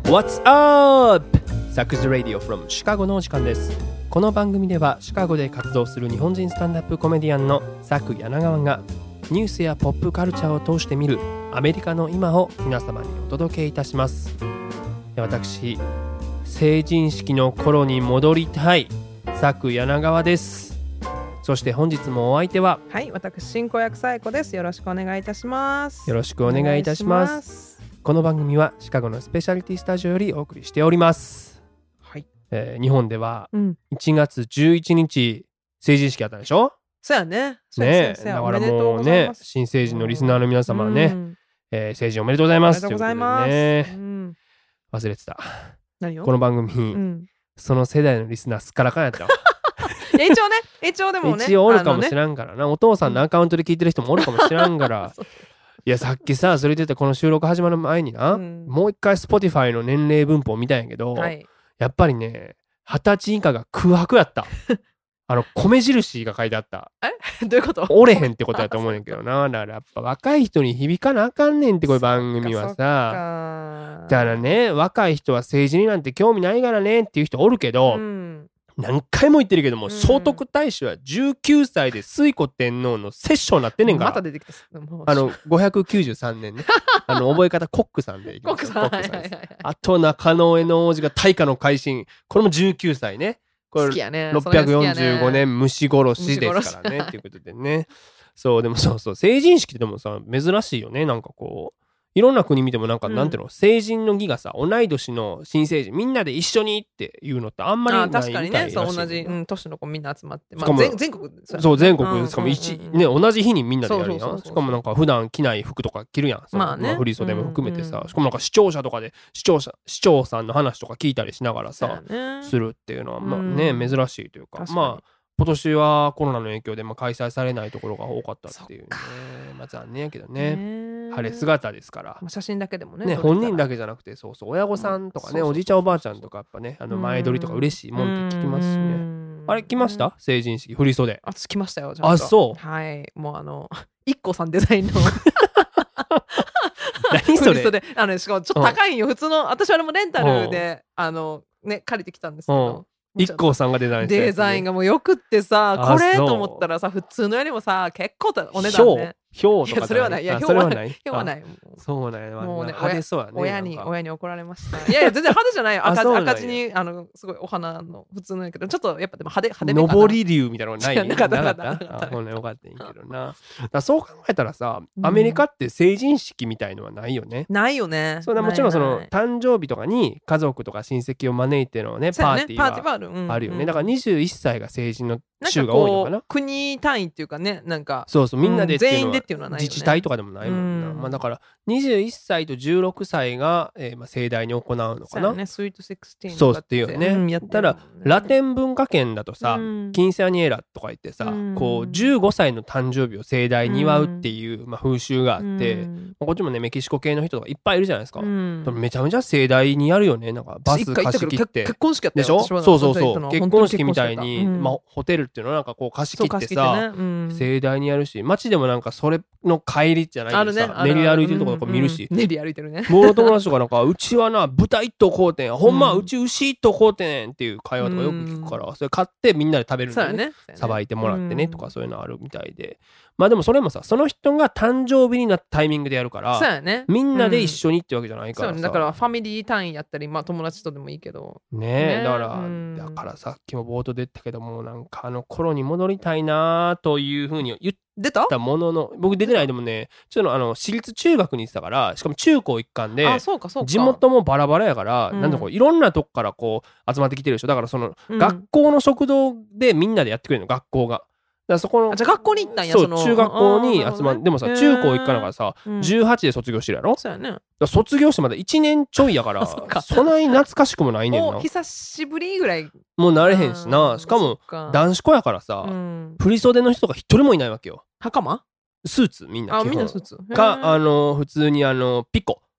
What's up? サクズラディオ from シカゴのお時間です。この番組ではシカゴで活動する日本人スタンダップコメディアンのサク柳川がニュースやポップカルチャーを通して見るアメリカの今を皆様にお届けいたします。私、成人式の頃に戻りたいサク柳川です。そして本日もお相手は、 はい、私進行役さえこです。よろしくお願いいたします。 よろしくお願いいたします。この番組はシカゴのスペシャリティスタジオよりお送りしております。 はい。 日本では1月11日成人式あったでしょ。 そうやね。 ね、だからもうね、新成人のリスナーの皆様はね、成人おめでとうございます。 おめでとうございます。 忘れてた。 何を？ この番組、その世代のリスナーすっからかんやったわ。 一応でもね。 一応おるかもしらんからな。お父さんのアカウントで聞いてる人もおるかもしらんから。いやさっきさ、それで言ってこの収録始まる前にな、もう一回 Spotify の年齢分布を見たんやけど、やっぱりね、20歳以下が空白やった。米印が書いてあった。 どういうこと？ 折れへんってことやと思うねんけどな。だからやっぱ若い人に響かなあかんねんって、こういう番組はさ。だからね、若い人は政治になんて興味ないからねっていう人おるけど、何回も言ってるけども、聖徳太子は19歳で推古天皇の摂政になってんねんから。 また出てきた。 593年ね。覚え方コックさんでいきます。 コックさん。 あと中野上の王子が大化の改新。これも19歳ね。これ好きやね。 645年虫殺しですからね。っていうことでね。そう、でもそう、成人式ってでもさ、珍しいよね。なんかこう。いろんな国見てもなんか、なんていうの、成人の儀がさ、同い年の新成人みんなで一緒にっていうのってあんまりないみたいらしい。 確かにね、そう同じ年の子みんな集まって、全国そう全国しかも同じ日にみんなでやるやん。しかもなんか普段着ない服とか着るやん。振り袖も含めてさ、しかもなんか視聴者とかで視聴さんの話とか聞いたりしながらさするっていうのはまあね珍しいというか、まあ今年はコロナの影響で開催されないところが多かったっていうね。まあ残念やけどね。晴れ姿ですから。 写真だけでもね。 本人だけじゃなくて、そう親御さんとかね、おじいちゃんおばあちゃんとかやっぱね、前撮りとか嬉しいもんって聞きますしね。あれ来ました？成人式振り袖。 私来ましたよ。 あ、そう。 はい。もうIKKOさんデザインの何それ？ 振り袖。しかもちょっと高いんよ。普通の私はレンタルでね借りてきたんですけど。 IKKOさんがデザインがもうよくってさ、これと思ったらさ、普通のよりもさ結構お値段ね。 表とかそれはない。いや、 それはない。 表はない。 そうなんや。 もうね、 派手そうやね。 親に怒られました。いや全然派手じゃないよ。赤字にすごいお花の普通のやけど、ちょっとやっぱでも派手めかな。 上り竜みたいなのない？ なかった。 ほんのよかったんやけどな。そう考えたらさ、アメリカって成人式みたいのはないよね。 ないよね。 そうだ、もちろんその誕生日とかに家族とか親戚を招いてのねパーティーはあるよね。だから21歳が成人の州が多いのかな。 国単位っていうかね、なんかそうみんなで全員でっていうのはないよね。 自治体とかでもないもんな。だから21歳と16歳が盛大に行うのかな。 スイート16 そうっていうね。やったらラテン文化圏だとさ、キンセアニエラとか言ってさ、こう15歳の誕生日を盛大に祝うっていう風習があって、こっちもねメキシコ系の人とかいっぱいいるじゃないですか。めちゃめちゃ盛大にやるよね。なんかバス貸し切って結婚式やったでしょ。そう結婚式みたいにホテルっていうのなんかこう貸し切ってさ、盛大にやるし、街でもなんかそれの帰りじゃないけどさ、練り歩いてるところ見るし、 練り歩いてるね。 僕の友達とかなんかうちはな豚一頭買うてん、ほんまうち牛一頭買うてんっていう会話とかよく聞くから、それ買ってみんなで食べるんだよね。さばいてもらってねとかそういうのあるみたいで、まあでもそれもさ、その人が誕生日になったタイミングでやるから、みんなで一緒にってわけじゃないからさ。 だからファミリー単位やったり、まあ友達とでもいいけどね。だからさっきも冒頭で言ったけども、なんか頃に戻りたいなというふうに言ったものの、僕出てない。でもね、ちょっと私立中学に行ってたから、しかも中高一貫で地元もバラバラやから、なんだこういろんなとこからこう集まってきてるでしょ。だからその学校の食堂でみんなでやってくれるの、学校が。だからそこのじゃあ学校に行ったんや。 そう中学校に集まる。でもさ中高一貫だからさ18で卒業してるやろ。 そうやね。 卒業してまだ1年ちょいやからそない懐かしくもないねんな。 久しぶりぐらいもう慣れへんしな。しかも男子校やからさ、振り袖の人が一人もいないわけよ。 袴？ スーツみんな基本。 みんなスーツか普通にピコ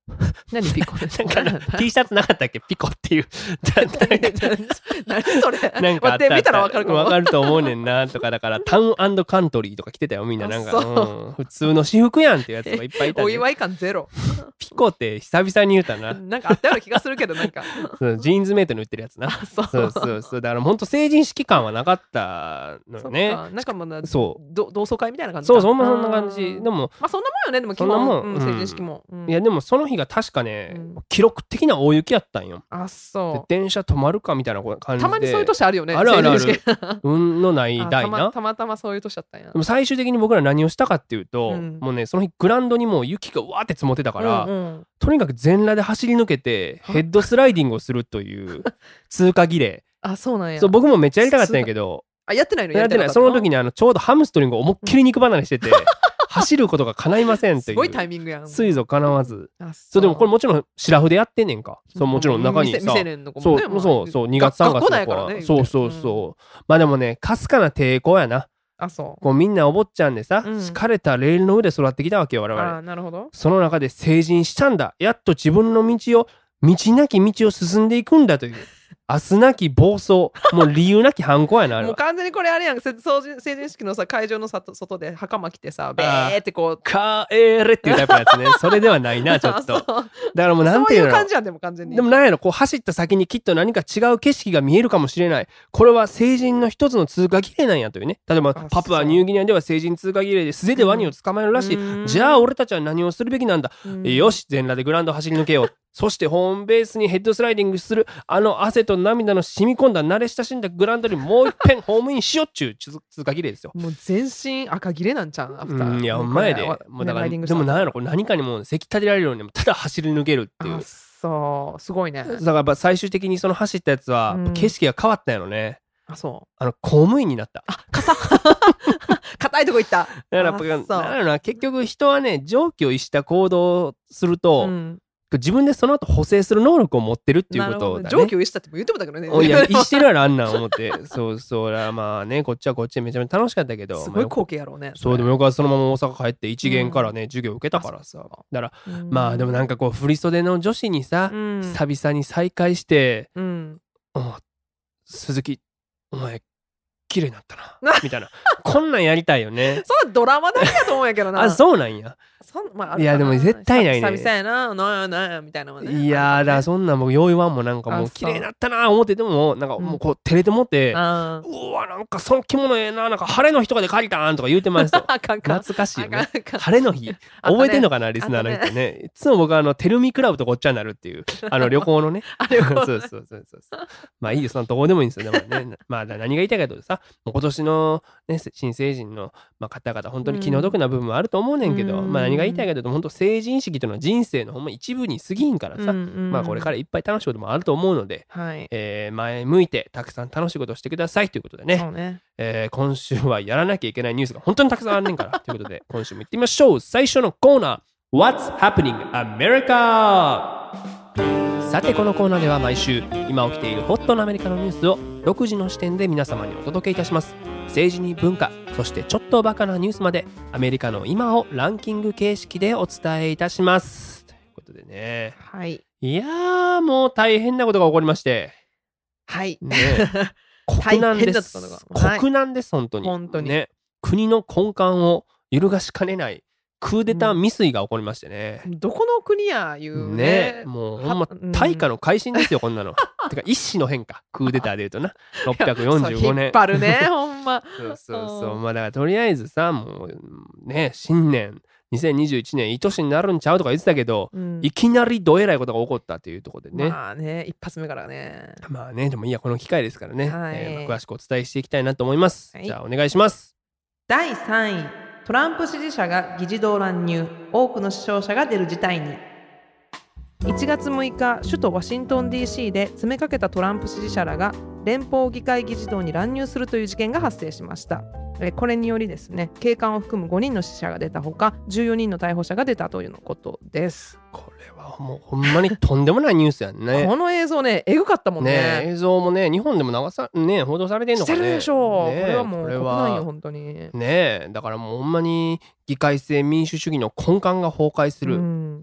何ピコってなんか T シャツなかったっけピコっていう何それなんかあった待って見たらわかるかも。 わかると思うねんなとかだからタウン&カントリーとか着てたよみんななんか、 あそう普通の私服やんっていうやつがいっぱいいた、ね、 お祝い感ゼロ。 ピコって久々に言うたななんかあったような気がするけどなんかそうジーンズメイトに売ってるやつなそうそうそうだからほんと成人式感はなかったのよね。 なんかもうそう同窓会みたいな感じそうそんな感じでもまあそんなもんよねでもそんなもん、 成人式も、 いやでもその日が確かね、記録的な大雪やったんよ。 あそうで電車止まるかみたいな感じでたまにそういう年あるよね。 あるあるある成人式運のない代なたまたまそういう年だったんや。 でも最終的に僕ら何をしたかっていうと、 もうねその日グラウンドにもう雪がわーって積もってたから、とにかく全裸で走り抜けてヘッドスライディングをするという通過儀礼あそうなんや。 そう僕もめっちゃやりたかったんやけどやってないのやってないその時にちょうどハムストリングを思いっきり肉離れしてて走ることが叶いませんっていうすごいタイミングやん。 ついぞ叶わずそうでもこれもちろんシラフでやってんねんかそうもちろん中にさ未成年の子そもねう2月3月とかそうまあでもねかすかな抵抗やな。こうみんなお坊ちゃんでさ敷かれたレールの上で育ってきたわけよ我々。 なるほど。 その中で成人したんだやっと自分の道なき道を進んでいくんだという明日なき暴走もう理由なき反抗やなあれは。 もう完全にこれあれやん成人式のさ会場の外で袴着てさベーってこう帰れっていうタイプのやつねそれではないなちょっとだからもうなんていうのそういう感じやんでも完全に。 でもなんやろこう走った先にきっと何か違う景色が見えるかもしれない。これは成人の一つの通過儀礼なんやというね。例えばパプアニューギニアでは成人通過儀礼で素手でワニを捕まえるらしい。じゃあ俺たちは何をするべきなんだ。よし全裸でグラウンド走り抜けようそしてホームベースにヘッドスライディングするあの汗と涙の染み込んだ慣れ親しんだグラウンドにもう一遍ホームインしようっちゅう通過儀礼ですよ。 もう全身赤切れなんちゃうアフター。 いや前でもうだからでも何やろこれ何かにもうせき立てられるようにただ走り抜けるっていう。 そうすごいね。 だからやっぱ最終的にその走ったやつは景色が変わったんやろね。 そう公務員になった。 硬いとこ行った。 だからやっぱなんだろうな結局人はね常軌を逸した行動をすると、自分でその後補正する能力を持ってるっていうことだね。 上級したっても言ってもだけどね。 いや逸してるやろあんなん思ってそうまあねこっちはこっちでめちゃめちゃ楽しかったけどすごい光景やろうね。 そうでもよくはそのまま大阪帰って一元からね授業受けたからさだからまあでもなんかこう振り袖の女子にさ久々に再会して鈴木お前綺麗になったなみたいなこんなんやりたいよね。 それドラマだけだと思うんやけどな。 あそうなんや。いやでも絶対ないね。 久々やななんやみたいなのね。 いやだからそんなもう用意ワンもなんかもう綺麗になったな思っててもなんかもうこう照れてもってうわなんかその着物ええななんか晴れの日とかで借りたんとか言うてますよ。懐かしいよね。晴れの日覚えてんのかなリスナーの人ね。いつも僕テルミクラブとごっちゃになるっていう旅行のね。そうまあいいよそのどこでもいいんですよ。でもねまあ何が言いたいかというとさ今年のね新成人の方々本当に気の毒な部分もあると思うねんけどまあ何が言いたいかというと本当成人式というのは人生のほんま一部に過ぎんからさまあこれからいっぱい楽しいこともあると思うので前向いてたくさん楽しいことをしてくださいということでね今週はやらなきゃいけないニュースが本当にたくさんあるねんからということで今週も行ってみましょう。最初のコーナー What's Happening America。さてこのコーナーでは毎週今起きているホットなアメリカのニュースを独自の視点で皆様にお届けいたします。政治に文化そしてちょっとバカなニュースまでアメリカの今をランキング形式でお伝えいたしますということでね。いやーもう大変なことが起こりましてね国難です国難です本当にね。国の根幹を揺るがしかねないクーデター未遂が起こりましてね。 どこの国やいうね。 もうほんま大化の改新ですよこんなの。てか一種の変化クーデターでいうとな645年。 引っ張るねほんま。 そうまあだからとりあえずさもうね新年2021年いい年になるんちゃうとか言ってたけど、いきなりどえらいことが起こったっていうところでね。 まあね一発目からね。 まあねでもいいやこの機会ですからね、詳しくお伝えしていきたいなと思います。じゃあお願いします。 第3位トランプ支持者が議事堂乱入多くの死傷者が出る事態に。1月6日首都ワシントン DC で詰めかけたトランプ支持者らが連邦議会議事堂に乱入するという事件が発生しました。これによりですね警官を含む5人の死者が出たほか14人の逮捕者が出たということです。 これはもうほんまにとんでもないニュースやんね。 この映像ねエグかったもんね。 映像もね日本でも報道されてんのかね。 してるでしょう、これはもう国内よ本当にね。だからもうほんまに議会制民主主義の根幹が崩壊する、も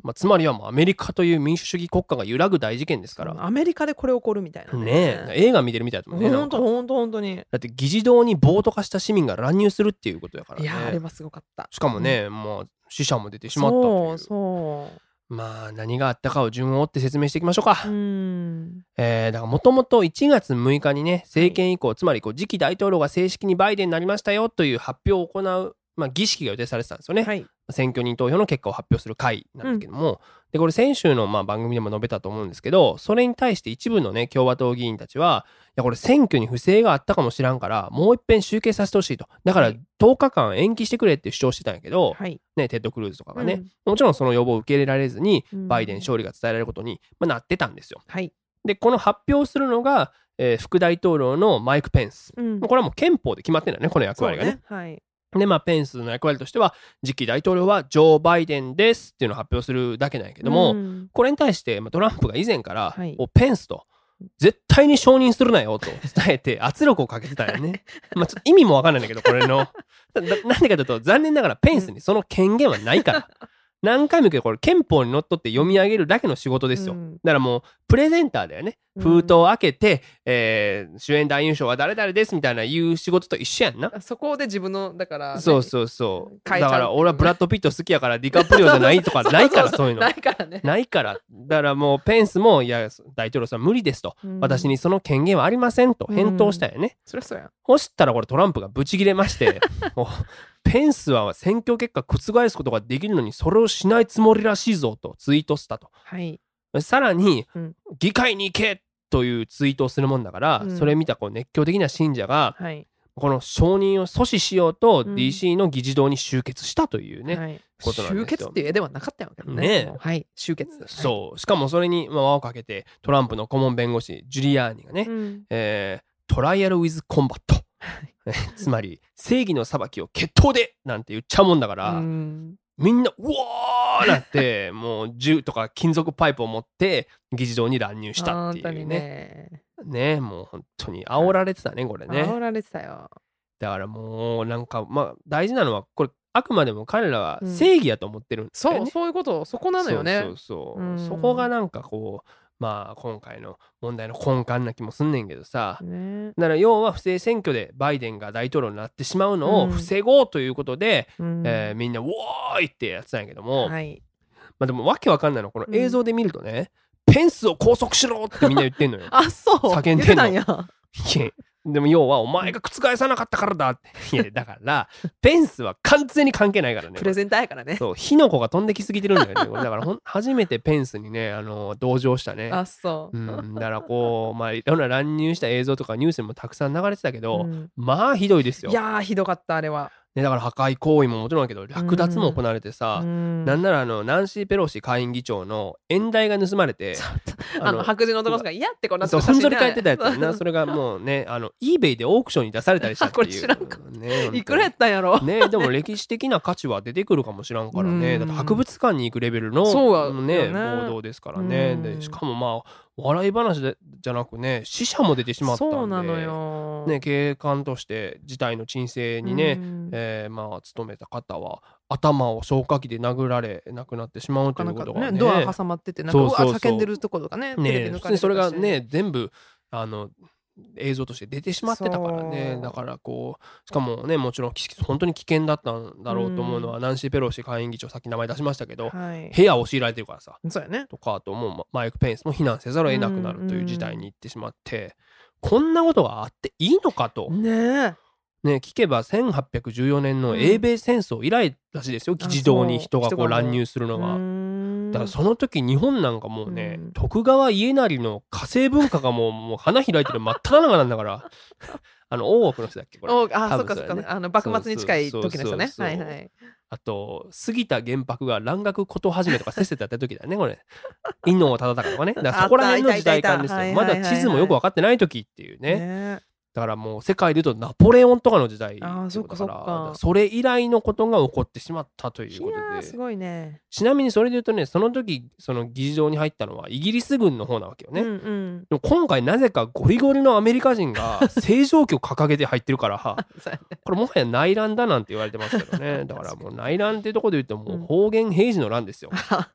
つまりはもうアメリカという民主主義国家が揺らぐ大事件ですから。 アメリカでこれ起こるみたいなね映画見てるみたいだもんね。 ほんと本当に。 だって議事堂に暴徒化した市民が乱入するっていうことやからね。 いやあれはすごかった。 しかもね、もう死者も出てしまったという。 そうまあ何があったかを順を追って説明していきましょうか。だからもともと1月6日にね政権移行、つまり次期大統領が正式にバイデンになりましたよという発表を行う、儀式が予定されてたんですよね。選挙人投票の結果を発表する会なんですけども、でこれ先週の番組でも述べたと思うんですけど、それに対して一部のね共和党議員たちは、いやこれ選挙に不正があったかもしらんからもう一遍集計させてほしいと、だから10日間延期してくれって主張してたんやけど、テッド・クルーズとかがね、もちろんその要望を受け入れられずに、バイデン勝利が伝えられることに、なってたんですよ。でこの発表するのが、副大統領のマイク・ペンス、これはもう憲法で決まってんだね、この役割がね。でペンスの役割としては次期大統領はジョー・バイデンですっていうのを発表するだけなんやけども、これに対して、トランプが以前から、ペンスと絶対に承認するなよと伝えて圧力をかけてたんよね。ちょっと意味もわかんないんだけど、これのなんでかというと、残念ながらペンスにその権限はないから何回も言うけど、これ憲法にのっとって読み上げるだけの仕事ですよ。だからもうプレゼンターだよね。封筒を開けて、主演男優賞は誰々ですみたいな言う仕事と一緒やんな。 そこで自分のだから、 そうだから俺はブラッド・ピット好きやからディカプリオじゃないとかないから、そういうのないからね。 ないから。だからもうペンスも、いや大統領さん無理ですと、私にその権限はありませんと返答したよね。 そりゃそうや。 そしたらこれトランプがブチ切れましてもうペンスは選挙結果覆すことができるのにそれをしないつもりらしいぞとツイートしたと。さらに、議会に行けというツイートをするもんだから、それ見た熱狂的な信者が、この承認を阻止しようと DC の議事堂に集結したというね、ことなんですよ。 集結っていう絵ではなかったわけね。集結。 そうしかもそれに輪をかけてトランプの顧問弁護士ジュリアーニがね、トライアルウィズコンバットつまり正義の裁きを決闘でなんて言っちゃうもんだから、みんなうわーなってもう銃とか金属パイプを持って議事堂に乱入したっていうね。もう本当に煽られてたね、これね。 煽られてたよ。 だからもうなんか大事なのはこれあくまでも彼らは正義やと思ってるんですよね。 そういうこと、そこなのよね。 そこがなんか今回の問題の根幹な気もすんねんけどさ、だから要は不正選挙でバイデンが大統領になってしまうのを防ごうということで、みんな「ウォーイ!」ってやってたんやけども、でもわけわかんないのこの映像で見るとね、ペンスを拘束しろってみんな言ってんのよ。叫んでんの。いやでも要はお前が覆さなかったからだって。いやだからペンスは完全に関係ないからね。 プレゼンターやからね。 そう火の粉が飛んできすぎてるんだよね。だから初めてペンスにね同情したね。だからいろんな乱入した映像とかニュースにもたくさん流れてたけど、ひどいですよ。 いやひどかったあれは。 だから破壊行為ももちろんだけど略奪も行われてさ、なんならナンシー・ペロシ下院議長の演台が盗まれて白人の男が嫌ってこんなふんぞり返ってたやつな。それがもうねeBay でオークションに出されたりしたっていう。 これ知らんか、いくらやったんやろね。でも歴史的な価値は出てくるかもしらんからね。だって博物館に行くレベルのね暴動ですからね。でしかも笑い話じゃなくね死者も出てしまったんで、 そうなのよ、 ね、警官として事態の鎮静にね、務めた方は頭を消火器で殴られ亡くなってしまうということがね、 ドア挟まってて叫んでるところとかね、 それがね全部映像として出てしまってたからね。だからしかもねもちろん本当に危険だったんだろうと思うのは、ナンシー・ペロシ下院議長さっき名前出しましたけど、部屋を強いられてるからさ、とかあともうマイク・ペンスも避難せざるを得なくなるという事態に行ってしまって、こんなことがあっていいのかと聞けば1814年の英米戦争以来らしいですよ、議事堂に人が乱入するのが。だからその時日本なんかもうね、徳川家斉の火星文化がもう花開いてる真っ只中なんだから大奥の人だっけこれ。 そっか幕末に近い時の人ね。 あと杉田玄白が蘭学こと始めとかせっせとやった時だよねこれ。伊能忠敬とかね。だからそこら辺の時代感ですよ。まだ地図もよく分かってない時っていうね。だからもう世界でいうとナポレオンとかの時代だからそれ以来のことが起こってしまったということで、 すごいね。 ちなみにそれで言うとね、その時その議事堂に入ったのはイギリス軍の方なわけよね。でも今回なぜかゴリゴリのアメリカ人が星条旗を掲げて入ってるからこれもはや内乱だなんて言われてますけどね。だからもう内乱っていうところで言うともう方言平時の乱ですよ。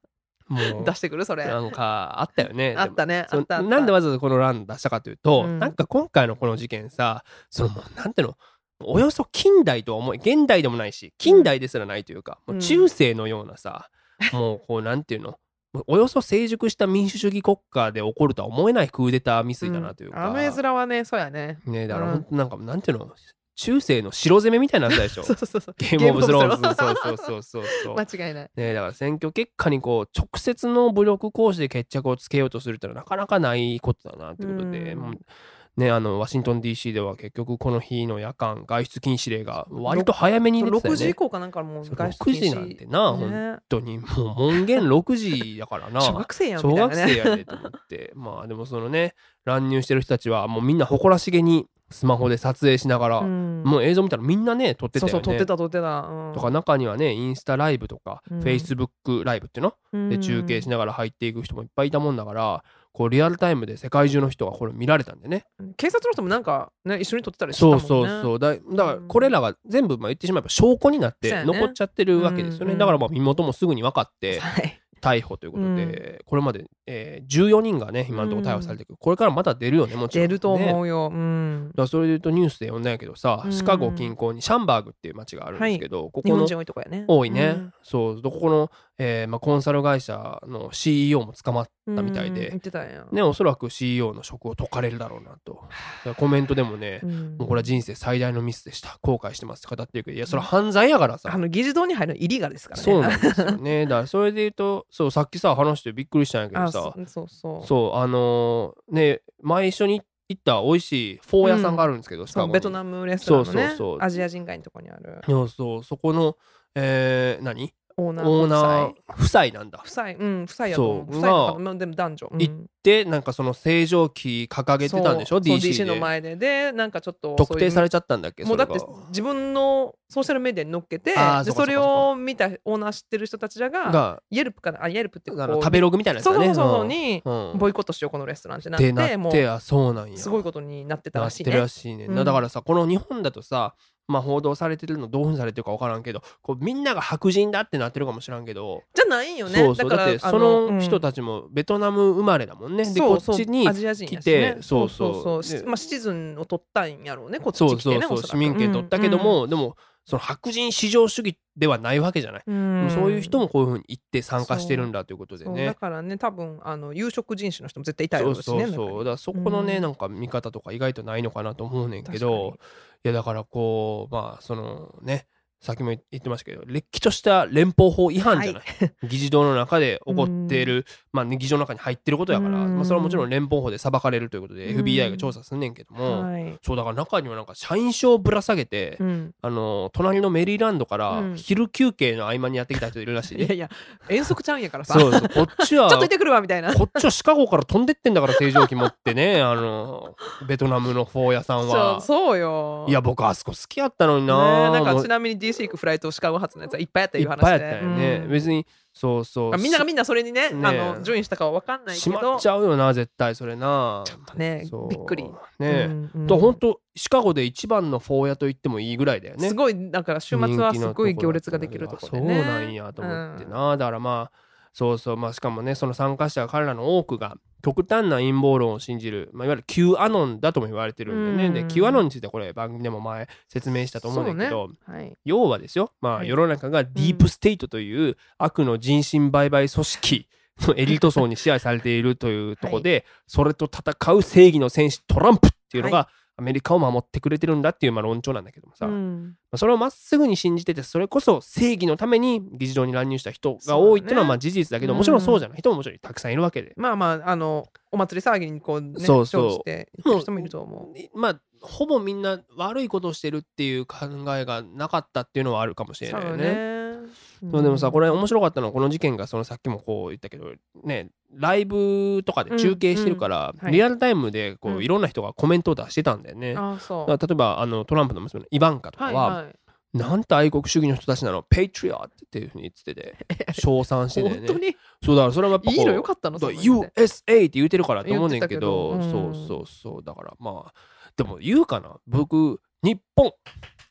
もう出してくるそれ。 なんかあったよね。 あったね。 でもあったあった。 なんでわざわざこの欄出したかというと、 うんなんか今回のこの事件さ、そのもうなんていうの、およそ近代とは思え、現代でもないし近代ですらないというか、もう中世のようなさ、もうこうなんていうの、もうおよそ成熟した民主主義国家で起こるとは思えないクーデター未遂だなというか、 あの絵面はね、そうやね。 ね、だから本当なんかなんていうの、中世の城攻めみたいなやつでしょ。 そうそうそう。 ゲームオブスローンズ。 ゲームオブスローンズそうそうそうそう。 間違いない。 ね、だから選挙結果にこう直接の武力行使で決着をつけようとするってのはなかなかないことだなということで、もうね、ワシントン DC では結局この日の夜間外出禁止令が割と早めに出てたよ 6時以ね。 降かなんかもうそう外出禁止 6時なんてな、 ね本当にもう門限6時だからな。 小学生やん小みたいなね。 学生やでと思って。まあでもそのね、乱入してる人たちはもうみんな誇らしげにスマホで撮影しながら、もう映像見たらみんなね撮ってたよね。 そうそう、撮ってた撮ってた。 とか中にはねインスタライブとか、 うんフェイスブックライブっていうの、で中継しながら入っていく人もいっぱいいたもんだから、こうリアルタイムで世界中の人がこれ見られたんでね。 警察の人もなんかね一緒に撮ってたりしてたもんね。 そうそうそうだからこれらが全部まあ言ってしまえば証拠になってそうやね残っちゃってるわけですよね。 うんだからまあ身元もすぐに分かってはい。 逮捕ということで、これまで、14人がね今のところ逮捕されてくる、これからまた出るよねもちろん、ね、 出ると思うよ。 だからそれで言うとニュースで読んだんやけどさ、シカゴ近郊にシャンバーグっていう町があるんですけど、ここの日本人多いとこやね。 多いね、そうここの、コンサル会社の CEO も捕まったみたいで、 言ってたんや。 ね、おそらく CEO の職を解かれるだろうなと。だからコメントでもね、もうこれは人生最大のミスでした後悔してますって語ってるけど、いやそれは犯罪やからさ、 議事堂に入るのイリガルですからね。 そうなんですよね。だからそれで言うと、そうさっきさ話してびっくりしたんやけどさ、そうね、前一緒に行った美味しいフォー屋さんがあるんですけど、シカゴにベトナムレストランのね、 そうアジア人街のとこにある。 そこの何オーナー夫妻なんだ。 夫妻やと思う。夫妻とかでも男女。 行ってなんかその清浄機掲げてたんでしょ、DC の前でなんかちょっと特定されちゃったんだっけ。 もうだって自分のソーシャルメディアに載っけて、それを見たオーナー知ってる人たちらがイェルプかな、イェルプって食べログみたいなやつだね。 そうにボイコットしようこのレストランってなってもうそうなんや、 すごいことになってたらしいね。 なってるらしいね。だからさこの日本だとさ、まあ報道されてるのどういうふうにされてるか分からんけど、こうみんなが白人だってなってるかもしらんけど、 じゃないよね。 そうだってその人たちもベトナム生まれだもんね。でこっちに来て、 そうまあシチズンを取ったんやろうね、こっち来てね。 そう市民権取ったけども、でもその白人至上主義ではないわけじゃない。そういう人もこういうふうに行って参加してるんだということでね。 だからね、多分有色人種の人も絶対いたいですね。 そうだからそこのね、なんか見方とか意外とないのかなと思うねんけど、いやだからこうまあそのね、さっきも言ってましたけど、れっきとした連邦法違反じゃない、議事堂の中で起こっている、まあ、議事堂の中に入ってることやから、まあ、それはもちろん連邦法で裁かれるということで FBI が調査すんねんけども、そうだから中にはなんか社員証をぶら下げて、隣のメリーランドから昼休憩の合間にやってきた人いるらしいで、 いやいや遠足ちゃうんやからさ、 こっちはちょっと行ってくるわみたいな、 こっちはシカゴから飛んでってんだから清浄機持ってね、ベトナムのフォー屋さんは。 そうよ。 いや僕あそこ好きやったのにな。 なんかちなみに DC 行くフライトシカゴ発のやつはいっぱいあったいう話で、 いっぱいあったよね。別にそうみんながみんなそれにねジョインしたかは分かんないけど、 しまっちゃうよな絶対それな。 ちょっとねびっくりね。本当シカゴで一番のフォー屋と言ってもいいぐらいだよね。 すごいだから週末はすごい行列ができるところでね。 そうなんやと思ってな。だからまあまあしかもね、その参加者彼らの多くが極端な陰謀論を信じる、まあ、いわゆる Q アノンだとも言われてるんでね。で Q アノンについてこれ番組でも前説明したと思うんだけど、要はですよ、まあ世の中がディープステイトという悪の人身売買組織のエリート層に支配されているというところで、それと戦う正義の戦士トランプっていうのがアメリカを守ってくれてるんだっていうまあ論調なんだけどもさ、それをまっすぐに信じてて、それこそ正義のために議事堂に乱入した人が多いっていうのはまあ事実だけど、もちろんそうじゃない人ももちろんたくさんいるわけで、 まあまあお祭り騒ぎにこうね乗している人もいると思う。 まあほぼみんな悪いことをしてるっていう考えがなかったっていうのはあるかもしれないよね。でもさ、これ面白かったのはこの事件がそのさっきもこう言ったけどね、ライブとかで中継してるから、リアルタイムでこういろんな人がコメントを出してたんだよね。だから例えばトランプの娘のイバンカとかは、なんて愛国主義の人たちなの、ペイトリオットっていうふうに言ってて称賛しててね。 本当にそうだからそれはやっぱこういいのよかったの USA って言ってるからと思うねんけど、そうだからまあでも言うかな、僕日本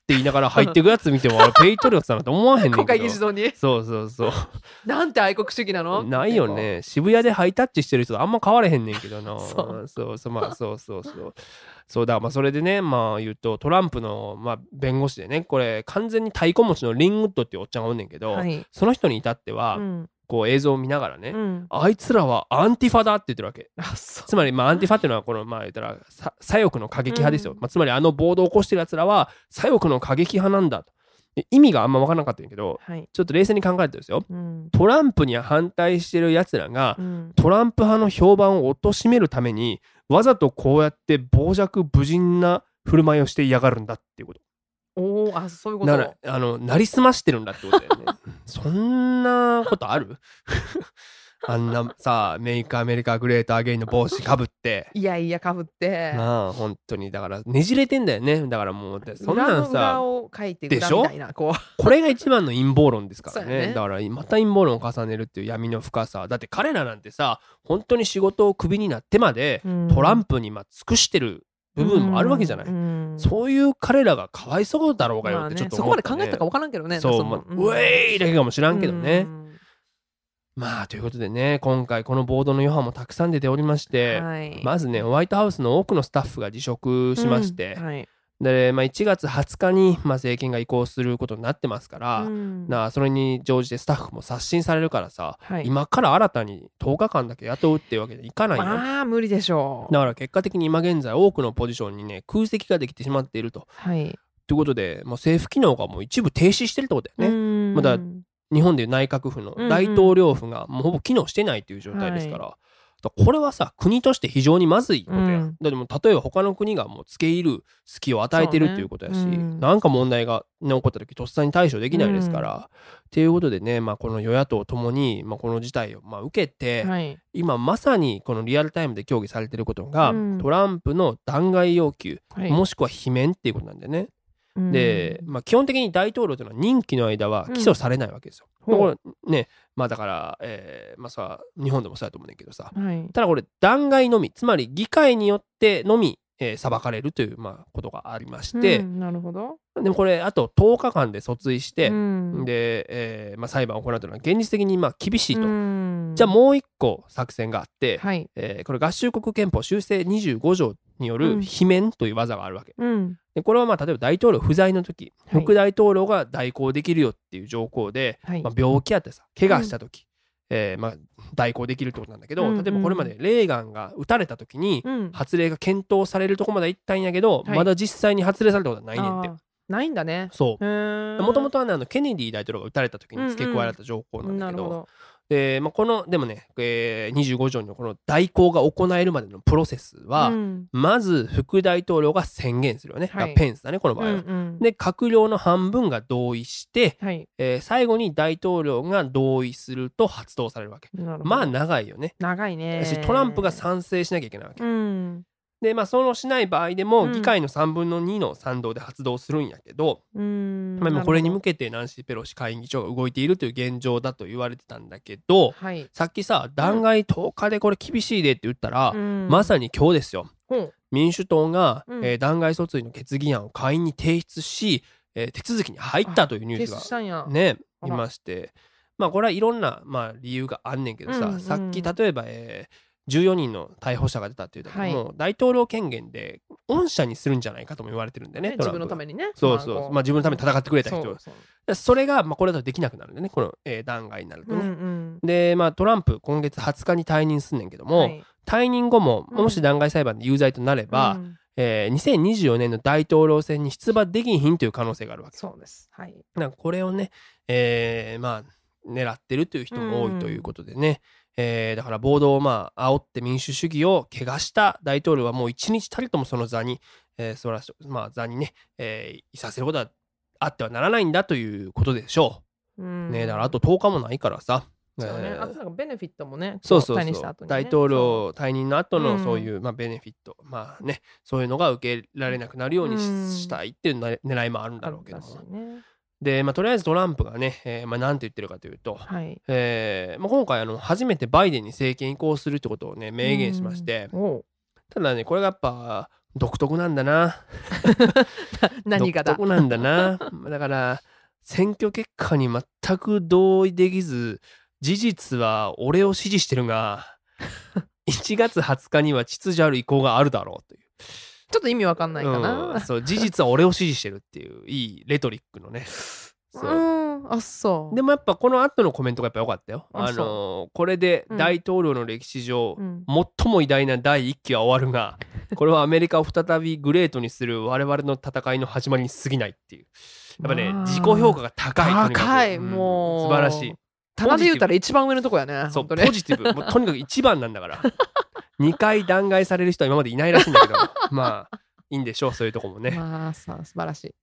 言いながら入っていくやつ見てもあれペイトリオットだなと思わへんねんけど。 国会議事堂にそうそうそう。 なんて愛国主義なのないよね。渋谷でハイタッチしてる人とあんま変われへんねんけどな。 そうそうそう、まあそうそうそう。そうだ、まあそれでね、まあ言うとトランプの、まあ、弁護士でね、これ完全に太鼓持ちのリングッドっていうおっちゃんがおんねんけど、 はい、 その人に至っては、こう映像を見ながらね、あいつらはアンティファだって言ってるわけ。つまり、まあ、アンティファっていうのはこの、まあ言ったら左翼の過激派ですよ。まあ、つまり暴動を起こしてるやつらは左翼の過激派なんだと。意味があんま分からなかったんやけど、 はい、 ちょっと冷静に考えてですよ、トランプに反対してるやつらが、トランプ派の評判を貶めるためにわざとこうやって傍若無人な振る舞いをして嫌がるんだっていうこと。 そういうこと。 だからなりすましてるんだってことだよね。そんなことある？あんなさ、メイクアメリカグレートアゲインの帽子かぶっていやいやかぶってなあ、本当にだからねじれてんだよね。だからもうそんなんさ、 裏を書いて裏みたいなこれが一番の陰謀論ですから ね。 ね。 だからまた陰謀論を重ねるっていう闇の深さ。だって彼らなんてさ、本当に仕事をクビになってまでトランプに尽くしてる部分もあるわけじゃない。そういう彼らがかわいそうだろうがよってちょっと思ったね。 そこまで考えたか分からんけどね。 そう、ウェイだけかもしらんけどね。まあということでね、今回このボードの余波もたくさん出ておりまして、はい、まずねホワイトハウスの多くのスタッフが辞職しまして、はい、で、まあ、1月20日に、まあ、政権が移行することになってますから、それに乗じてスタッフも刷新されるからさ、はい、今から新たに10日間だけ雇うっていうわけにいかないよ。 まあ無理でしょう。 だから結果的に今現在多くのポジションにね空席ができてしまっていると。はい、ということで、まあ、政府機能がもう一部停止してるってことだよね。まだ日本でいう内閣府の大統領府がもうほぼ機能してないという状態ですから、これはさ国として非常にまずいことや。でも例えば他の国がもう付け入る隙を与えてるっていうことやし、なんか問題が、ね、起こった時とっさに対処できないですから、っていうことでね、まあ、この与野党ともに、まあ、この事態をまあ受けて、今まさにこのリアルタイムで協議されてることが、トランプの弾劾要求、もしくは罷免っていうことなんでね。で、まあ、基本的に大統領というのは任期の間は起訴されないわけですよ。これね、まあだから、まあさ、日本でもそうやと思うんだけどさ、ただこれ弾劾のみ、つまり議会によってのみ裁かれるという、まあ、ことがありまして、 なるほど。 でもこれあと10日間で訴追して、で、まあ、裁判を行うというのは現実的にまあ厳しいと。じゃあもう一個作戦があって、これ合衆国憲法修正25条による罷免という技があるわけ。でこれはまあ例えば大統領不在の時、副大統領が代行できるよっていう条項で、まあ、病気やってさ怪我した時、まあ、代行できるってことなんだけど、例えばこれまでレーガンが撃たれた時に発令が検討されるとこまで行ったんやけど、まだ実際に発令されたことはないねんって。 ないんだね。 そうもともとはケネディ大統領が撃たれた時に付け加えられた条項なんだけど、まあ、このでもね、25条のこの代行が行えるまでのプロセスは、まず副大統領が宣言するよね、ペンスだねこの場合は。で閣僚の半分が同意して、最後に大統領が同意すると発動されるわけ。まあ長いよね。 長いね。 トランプが賛成しなきゃいけないわけ。でまあそのしない場合でも、議会の3分の2の賛同で発動するんやけど、まあ、これに向けてナンシー・ペロシ下院議長が動いているという現状だと言われてたんだけど、さっきさ弾劾10日でこれ厳しいでって言ったら、まさに今日ですよ、民主党が、弾劾訴追の決議案を下院に提出し、手続きに入ったというニュースがねいまして、まあこれはいろんな、まあ、理由があんねんけどさ、さっき例えば、14人の逮捕者が出たっていうだけでも、大統領権限で恩赦にするんじゃないかとも言われてるんでね、 自分のためにね。 そうそう、まあ、自分のために戦ってくれた人、それが、まあ、これだとできなくなるんでね、この、弾劾になるとね。で、まあ、トランプ今月20日に退任すんねんけども、退任後ももし弾劾裁判で有罪となれば、2024年の大統領選に出馬できひんという可能性があるわけ。 そうです。はい。 なんかこれをね、まあ狙ってるという人も多いということでね。だから暴動をまあ煽って民主主義を汚した大統領はもう一日たりともその座に、まあ座にね、いさせることはあってはならないんだということでしょう。ね、だからあと10日もないからさ。 あとなんかベネフィットもね、 そうそうそう、 退任した後にね、 大統領退任の後のそういう、まあ、ベネフィット、まあね、そういうのが受けられなくなるようにしたいっていう狙いもあるんだろうけども。で、まあ、とりあえずトランプがね、まあ、なんて言ってるかというと、まあ、今回初めてバイデンに政権移行するってことをね明言しまして、ただねこれがやっぱ独特なんだな。 何がだ。 独特なんだな。だから選挙結果に全く同意できず、事実は俺を支持してるが1月20日には秩序ある意向があるだろうという。 ちょっと意味わかんないかな。 そう、事実は俺を支持してるっていういいレトリックのね。そう、 あ、そう。 でもやっぱこの後のコメントがやっぱ良かったよ。これで大統領の歴史上、最も偉大な第一期は終わるが、これはアメリカを再びグレートにする我々の戦いの始まりに過ぎないっていう。やっぱね、自己評価が高い。 高い、もう素晴らしい。 棚で言うたら一番上のとこやね。 そう、ポジティブ。もうとにかく一番なんだから2回弾劾される人は今までいないらしいんだけどまあいいんでしょう、そういうとこもね。 まあさ、素晴らしい。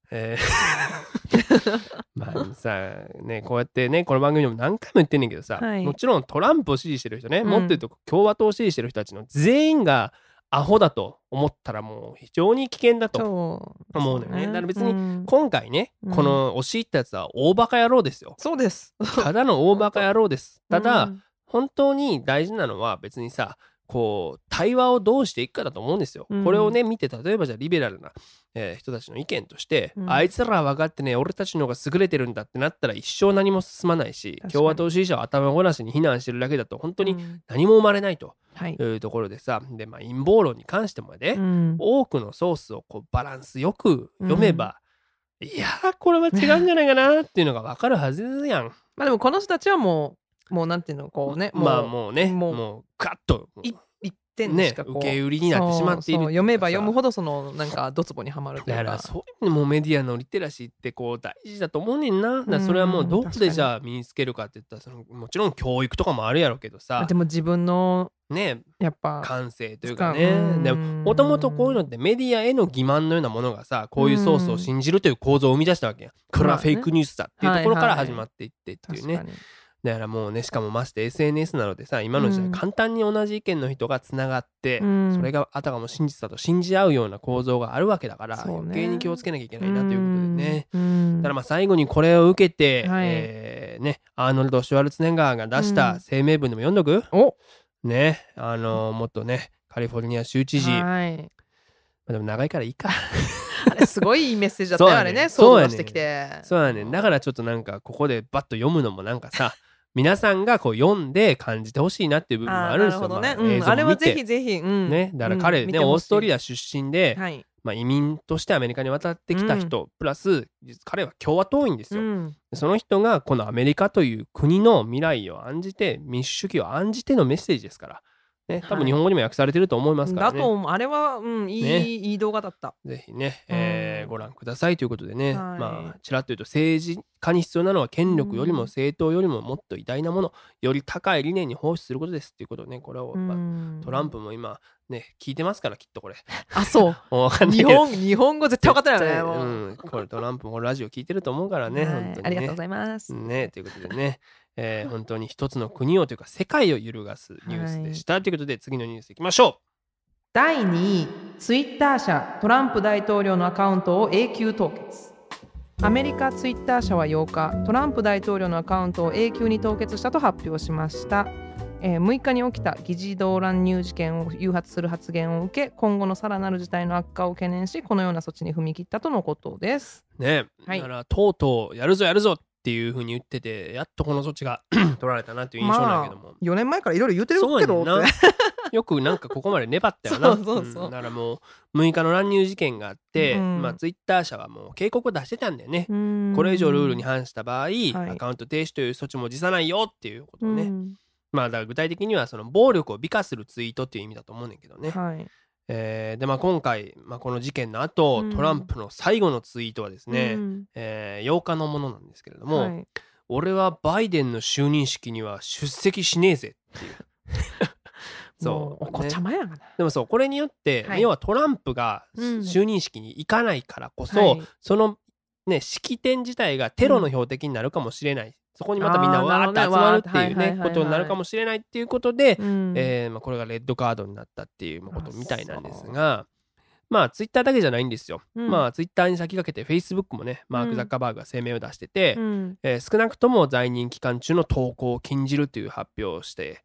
まあさね、こうやってね、この番組でも何回も言ってんねんけどさ、もちろんトランプを支持してる人ね、もっと言うと共和党を支持してる人たちの全員がアホだと思ったらもう非常に危険だと思うのよね。だから別に今回ね、この押し入ったやつは大バカ野郎ですよ。 そうです。 ただの大バカ野郎です。ただ、本当に大事なのは別にさ、こう対話をどうしていくかだと思うんですよ。これをね見て、例えばじゃあリベラルな、人たちの意見として、あいつらは分かってね、俺たちの方が優れてるんだってなったら一生何も進まないし、共和党支持者は頭ごなしに非難してるだけだと本当に何も生まれないというところでさ、で陰謀論に関してもね、多くのソースをこうバランスよく読めば、いやーこれは違うんじゃないかなっていうのが分かるはずやん。 まあでもこの人たちはもうなんていうの、こうね、 まあもうね、もうガッと一点にしかこう、 受け売りになってしまっている。 読めば読むほどそのなんかドツボにはまるというか。 だからそういうのもメディアのリテラシーってこう大事だと思うねんな。だからそれはもうどこでじゃあ身につけるかって言ったら、そのもちろん教育とかもあるやろうけどさ。 でも自分のね、 やっぱ感性というかね。でもともとこういうのってメディアへの欺瞞のようなものがさ、こういうソースを信じるという構造を生み出したわけやん。これはフェイクニュースだっていうところから始まっていってっていうね。だからもうね、しかもまして SNS なのでさ、今の時代簡単に同じ意見の人がつながって、それがあたかも真実だと信じ合うような構造があるわけだから、余計に気をつけなきゃいけないなということでね。だからまあ最後にこれを受けて、ね、アーノルド・シュワルツェネッガーが出した声明文でも読んどく、ね、もっとね、カリフォルニア州知事、でも長いからいいかあれすごいいいメッセージだったよ、あれね、そう出してきて。 そうやね。だからちょっとなんかここでバッと読むのもなんかさ、皆さんがこう読んで感じてほしいなっていう部分もあるんですよ。 あれはぜひぜひ、 ね、だから彼ね、オーストリア出身で、まあ移民としてアメリカに渡ってきた人、プラス彼は共和党員ですよ。その人がこのアメリカという国の未来を案じて、民主主義を案じてのメッセージですから。ね、多分日本語にも訳されてると思いますからね。 だと思う。あれは、いい動画だった。 ぜひね、ご覧くださいということでね、まあちらっと言うと政治家に必要なのは権力よりも政党よりももっと偉大なもの、より高い理念に奉仕することですっていうことでね、これをトランプも今ね聞いてますから、きっとこれ。 あ、そう。日本語絶対分かってないよね。 これトランプもラジオ聞いてると思うからね、本当にね。 ありがとうございます。 ね、ということでね。本当に一つの国をというか世界を揺るがすニュースでした、ということで次のニュースいきましょう。 第2位、ツイッター社トランプ大統領のアカウントを永久凍結。アメリカツイッター社は8日、トランプ大統領のアカウントを永久に凍結したと発表しました。6日に起きた議事堂乱入事件を誘発する発言を受け、今後のさらなる事態の悪化を懸念し、このような措置に踏み切ったとのことですね。だからとうとうやるぞやるぞっていう風に言ってて、やっとこの措置が取られたなという印象なんだけども、 4年前からいろいろ言ってるけどよくなんかここまで粘ったよな。だからもう6日の乱入事件があって、まあツイッター社はもう警告を出してたんだよね。これ以上ルールに反した場合、アカウント停止という措置も辞さないよっていうことをね。まあだから具体的にはその暴力を美化するツイートっていう意味だと思うねんけどね。でまあ今回、この事件の後、トランプの最後のツイートはですね、8日のものなんですけれども、俺はバイデンの就任式には出席しねえぜっていうそう、おこちゃまやがな。 でもそうこれによって、要はトランプが就任式に行かないからこそ、そのね式典自体がテロの標的になるかもしれない、そこにまたみんなわーって集まるっていうねことになるかもしれないっていうことで、これがレッドカードになったっていうことみたいなんですが、まあツイッターだけじゃないんですよ。まあツイッターに先駆けてフェイスブックもね、マーク・ザッカーバーグが声明を出してて、少なくとも在任期間中の投稿を禁じるという発表をして、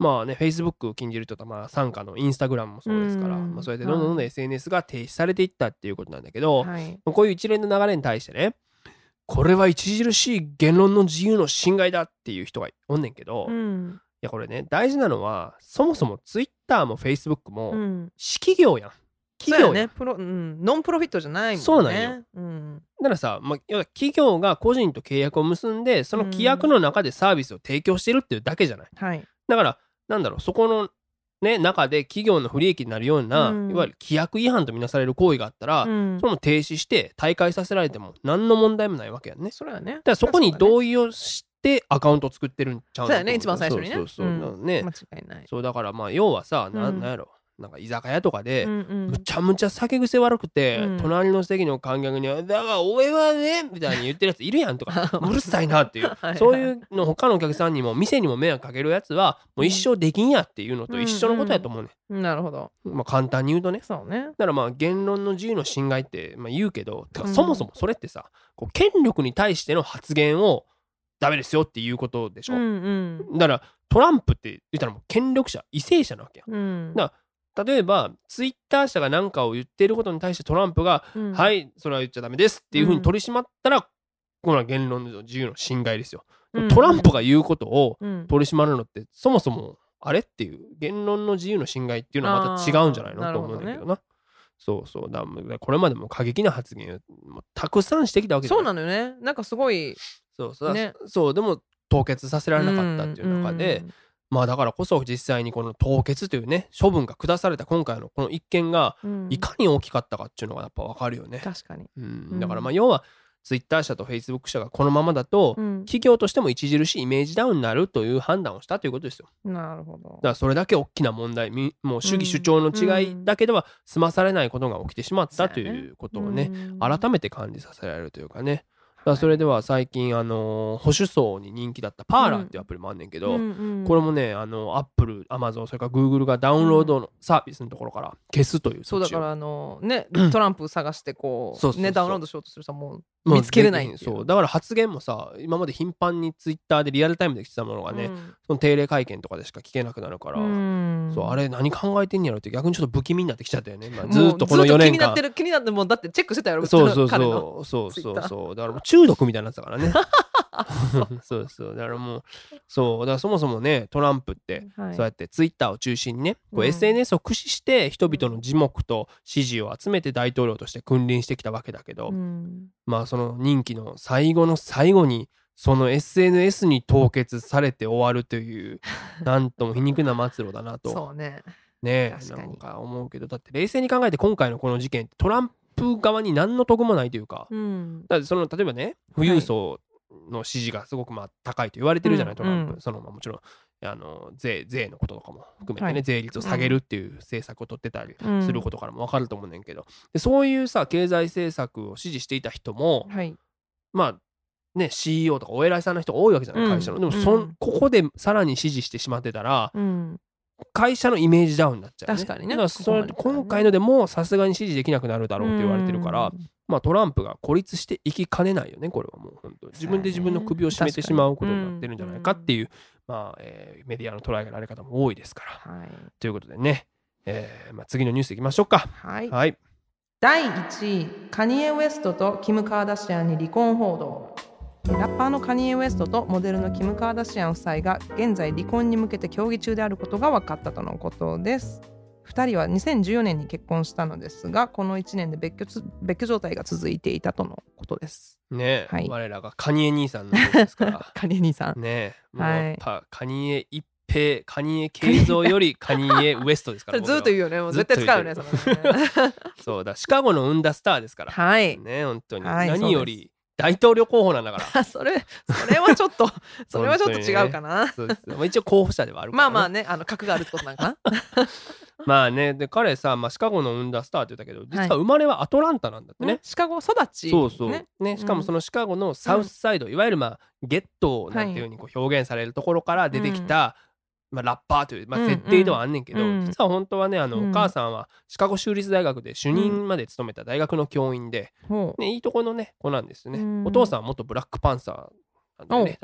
まあね Facebook を禁じるとまあ傘下のインスタグラムもそうですから、 うんまあ、そうやってどんどん SNS が停止されていったっていうことなんだけど、 はいこういう一連の流れに対してね、これは著しい言論の自由の侵害だっていう人がおんねんけど、いやこれね大事なのはそもそも Twitter も Facebook も私企業やん。企業やん。 ノンプロフィットじゃないもんね。 そうなんよ。だからさ、要は企業が個人と契約を結んでその規約の中でサービスを提供してるっていうだけじゃない。だからなんだろう、そこのね中で企業の不利益になるような、いわゆる規約違反とみなされる行為があったら、それも停止して退会させられても何の問題もないわけやんね。 それはね。 だからそこに同意をしてアカウントを作ってるんちゃうの。 そうだね、一番最初にね。 そうね。 間違いない。 そうだからまあ要はさ、なんやろ。なんか居酒屋とかでむちゃむちゃ酒癖悪くて、隣の席の観客に「だから俺はね」みたいに言ってるやついるやんとかうるさいなっていうそういうの他のお客さんにも店にも迷惑かけるやつはもう一生できんやっていうのと一緒のことやと思うね。 なるほど。 まあ簡単に言うとね。 そうね。 だからまあ言論の自由の侵害ってまあ言うけど、そもそもそれってさこう権力に対しての発言をダメですよっていうことでしょ。だからトランプって言ったらもう権力者為政者なわけや。だから例えばツイッター社が何かを言っていることに対してトランプが「はいそれは言っちゃダメです」っていうふうに取り締まったら、これは言論の自由の侵害ですよ。トランプが言うことを取り締まるのってそもそもあれっていう言論の自由の侵害っていうのはまた違うんじゃないのと思うんだけどな。そうそうだこれまでも過激な発言をたくさんしてきたわけそうなのよね。なんかすごいそうでも凍結させられなかったっていう中で。まあだからこそ実際にこの凍結というね処分が下された今回のこの一件がいかに大きかったかっていうのがやっぱ分かるよね。 確かに。 だからまあ要はツイッター社とフェイスブック社がこのままだと企業としても著しいイメージダウンになるという判断をしたということですよ。 なるほど。 だからそれだけ大きな問題もう主義主張の違いだけでは済まされないことが起きてしまったということをね改めて感じさせられるというかね。それでは最近保守層に人気だったパーラーっていうアプリもあんねんけど、これもねアップル、アマゾン、それからグーグルがダウンロードのサービスのところから消すというそうだからねトランプ探してこうねダウンロードしようとするさもう見つけれないっていう。 そうだから発言もさ今まで頻繁にツイッターでリアルタイムで来てたものがね、その定例会見とかでしか聞けなくなるから、そうあれ何考えてんやろって逆にちょっと不気味になってきちゃったよね。ずっとこの4年間気になってもうだってチェックしてたやろ。 そうだからもう中毒みたいになってたからね。そうだからもうだからそもそもねトランプって、そうやってツイッターを中心にねこう SNS を駆使して人々の耳目と支持を集めて大統領として君臨してきたわけだけど、まあその任期の最後の最後にその SNS に凍結されて終わるというなんとも皮肉な末路だなとそうねなんか思うけど、だって冷静に考えて今回のこの事件トランプ側に何の得もないというか、だってその例えばね富裕層の支持がすごくまあ高いと言われてるじゃない、トランプ。もちろん税のこととかも含めてね、税率を下げるっていう政策を取ってたりすることからも分かると思うねんけど、でそういうさ経済政策を支持していた人も、まあね CEO とかお偉いさんの人が多いわけじゃない、会社の。でもここでさらに支持してしまってたら、会社のイメージダウンになっちゃうね。 確かにね。 だから今回のでもさすがに支持できなくなるだろうって言われてるから、まあトランプが孤立していきかねないよね。これはもう本当自分で自分の首を絞めてしまうことになってるんじゃないかっていう、まあメディアの捉えられ方も多いですから。ということでね、まあ次のニュースいきましょうか。はい。 第1位、カニエ・ウェストとキム・カーダシアンに離婚報道。ラッパーのカニエ・ウェストとモデルのキム・カーダシアン夫妻が現在離婚に向けて協議中であることが分かったとのことです。2人は2014年に結婚したのですが、この1年で別居状態が続いていたとのことですね。我らがカニエ兄さんのですからカニエ兄さんね、もうやっぱカニエ一平、カニエ慶三よりカニエウエストですからずっと言うよね。もう絶対使うよね。 そうだ、シカゴの生んだスターですからね、本当に何より大統領候補なんだからそれはちょっとそれはちょっと違うかな。 そうです、一応候補者ではあるからね。 まあね、格があるってことなんかなまあね、で彼さ、シカゴの生んだスターって言ったけど、実は生まれはアトランタなんだってね。 シカゴ育ち。 そうね、しかもそのシカゴのサウスサイド、いわゆるゲットなんていう風にこう表現されるところから出てきた、ラッパーという、設定ではあんねんけど、実は本当はねお母さんはシカゴ州立大学で主任まで務めた大学の教員で、いいとこのね子なんですね。お父さんは元ブラックパンサーなんだよね、確か。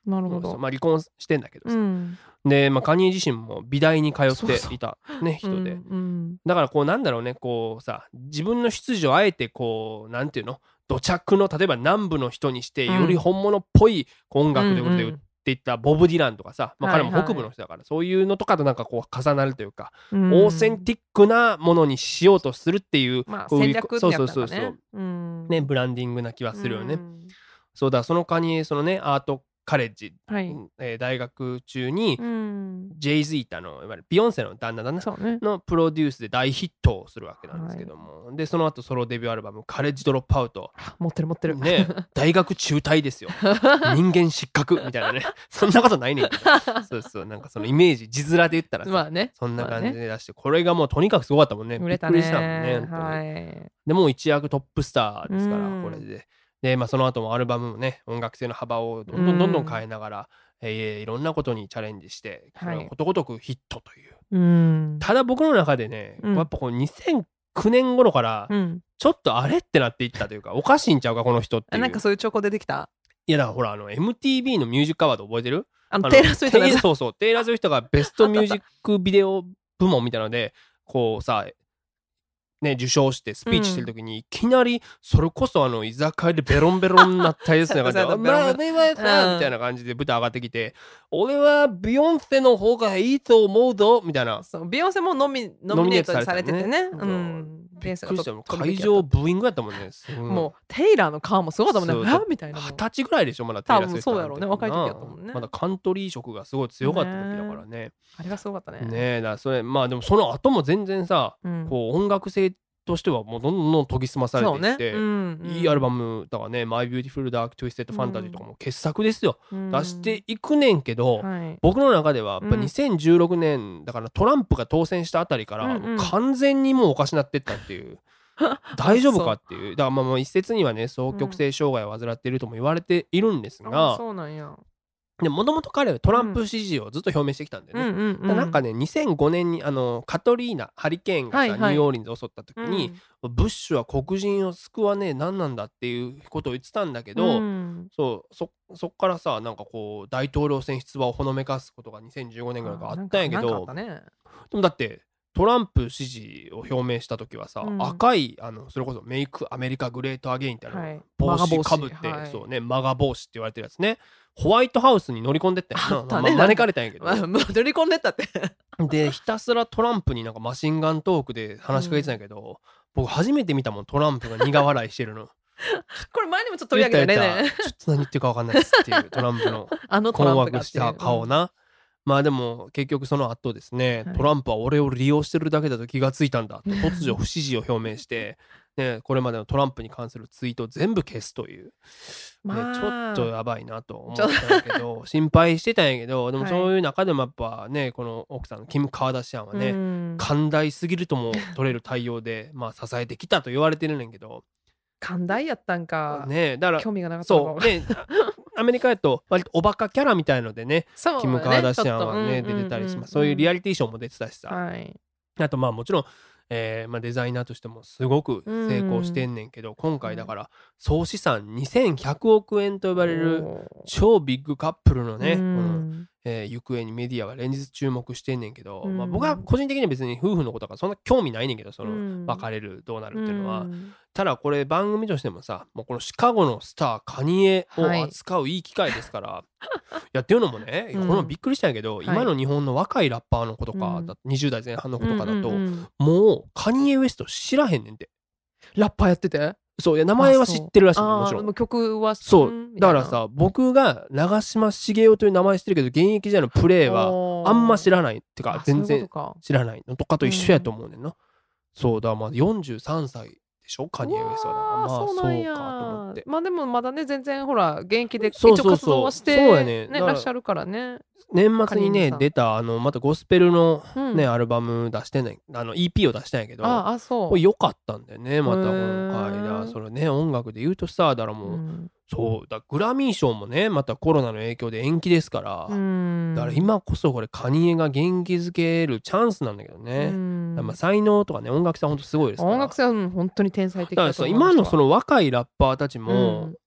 なるほど。 まあ離婚してんだけどさ、 うんで、まあ、カニエ自身も美大に通っていたね人で、 うんだからこうなんだろうね、こうさ、自分の出自をあえてこうなんていうの、土着の例えば南部の人にしてより本物っぽいこう音楽ということで言っていったボブ・ディランとかさ、まあ、彼も北部の人だから、そういうのとかとなんかこう重なるというか、オーセンティックなものにしようとするっていう、 まあこういう戦略そうってやったんだそうそうそうね。 ね、ブランディングな気はするよね。 うんそうだ、そのカニエ、そのねアートカレッジ、 はい大学中に、ジェイ・ズイータのいわゆるビヨンセの旦那だなそうね。 のプロデュースで大ヒットをするわけなんですけども、でその後ソロデビューアルバム「カレッジドロップアウト」 持ってる。 ね、大学中退ですよ人間失格みたいなねそんなことないねんけどそうそうなんかそのイメージ字面で言ったらさ、 まあね。 そんな感じで出して、これがもうとにかくすごかったもんね。 売れたびっくりしたもんねね。 本当に。 はい。 でもう一躍トップスターですから、 うんこれで。で、まあ、その後もアルバムもね、音楽性の幅をどんどん変えながら、いろんなことにチャレンジして、それがことごとくヒットという。 うんただ僕の中でね、 うんやっぱこう2009年頃からうんちょっとあれってなっていったというか、おかしいんちゃうかこの人っていう。 なんかそういう兆候出てきた。 いやだからほらMTV のミュージックアワード覚えてる？ テイラー・スウィフトのやつそうそう、テイラー・スウィフトがベストミュージックビデオ部門みたいなのでこうさね、受賞してスピーチしてる時に、いきなりそれこそ居酒屋でベロンベロンになったやつな感じで「まあねまあさ」みたいな感じで舞台上がってきて「俺はビヨンセの方がいいと思うぞ」みたいな。 そうビヨンセもノミネートされててね。 びっくりした。会場ブーイングやったもんね。 もうテイラーの顔もすごかったもんね。あみたいな。 20歳ぐらいでしょまだテイラー・スウィフト。 多分そうやろうね。若い時やったもんね。 まだカントリー色がすごい強かった時だからね。 あれがすごかったね。 ねえ、だそれまあでもその後も全然さ、こう音楽性としてはもうどんどん研ぎ澄まされていって、いいアルバムだからね「My Beautiful Dark Twisted Fantasy」とかも傑作ですよ、出していくねんけど、僕の中ではやっぱ2016年だからトランプが当選したあたりから、完全にもうおかしなってったっていう大丈夫かっていう。だからまあ一説にはね双極性障害を患っているとも言われているんですが、 そうなんや。 でもともと彼はトランプ支持をずっと表明してきたんでね、なんかね2005年にカトリーナハリケーンがさ、ニューオーリンズを襲った時に、ブッシュは黒人を救わねえ何なんだっていうことを言ってたんだけど、そっからさなんかこう大統領選出馬をほのめかすことが2015年ぐらいからあったんやけど、でもだってトランプ支持を表明した時はさ、赤いそれこそメイクアメリカグレートアゲインって帽子かぶって、そうねマガ帽子って言われてるやつね、ホワイトハウスに乗り込んでったよな、招かれたんやけど、 乗り込んでったってでひたすらトランプになんかマシンガントークで話しかけてたんやけど、僕初めて見たもんトランプが苦笑いしてるのこれ前にもちょっと取り上げたね。 ちょっと何言ってるか分かんないっすっていうトランプの困惑した顔な。まあでも結局その後ですね、トランプは俺を利用してるだけだと気がついたんだと突如不支持を表明して、ね、これまでのトランプに関するツイートを全部消すという、ね、ちょっとやばいなと思ったんだけど心配してたんやけど、でもそういう中でもやっぱねこの奥さんのキム・カーダシアンはね、寛大すぎるとも取れる対応でまあ支えてきたと言われてるねんけど、 寛大やったんかね、だから興味がなかったのかそうねアメリカやと割とおバカキャラみたいのでね、キム・カーダシアンはね出てたりします。そういうリアリティショーも出てたしさ、あとまあもちろんまあデザイナーとしてもすごく成功してんねんけど、今回だから総資産2100億円と呼ばれる超ビッグカップルのねこの行方にメディアは連日注目してんねんけど、まあ僕は個人的には別に夫婦のことがそんな興味ないねんけど、その別れるどうなるっていうのは。ただこれ番組としてもさ、もうこのシカゴのスターカニエを扱ういい機会ですから、いやっていうのもね、このびっくりしたんやけど、今の日本の若いラッパーの子とか20代前半の子とかだともうカニエ・ウエスト知らへんねんて。 ラッパーやってて、 そういや名前は知ってるらしい、もちろん曲はそうだからさ、僕が長嶋茂雄という名前知ってるけど現役時代のプレーはあんま知らないってか全然知らないのとかと一緒やと思うねんな。そうだ、まあ43歳でしょカニエ・ウエストは。まあそうかと思って、 まあでもまだね全然ほら現役で一応活動はしてらっしゃるからね。 年末にね出たまたゴスペルのねアルバム出してない、EP を出したんやけど、これ良かったんだよね。またこの回だ、それね音楽で言うとさ、だからもうそうだ、グラミー賞もねまたコロナの影響で延期ですから、だから今こそこれカニエが元気づけるチャンスなんだけどね。まあ才能とかね音楽性は本当すごいですから。 音楽性は本当に天才的だから今のその若いラッパーたちも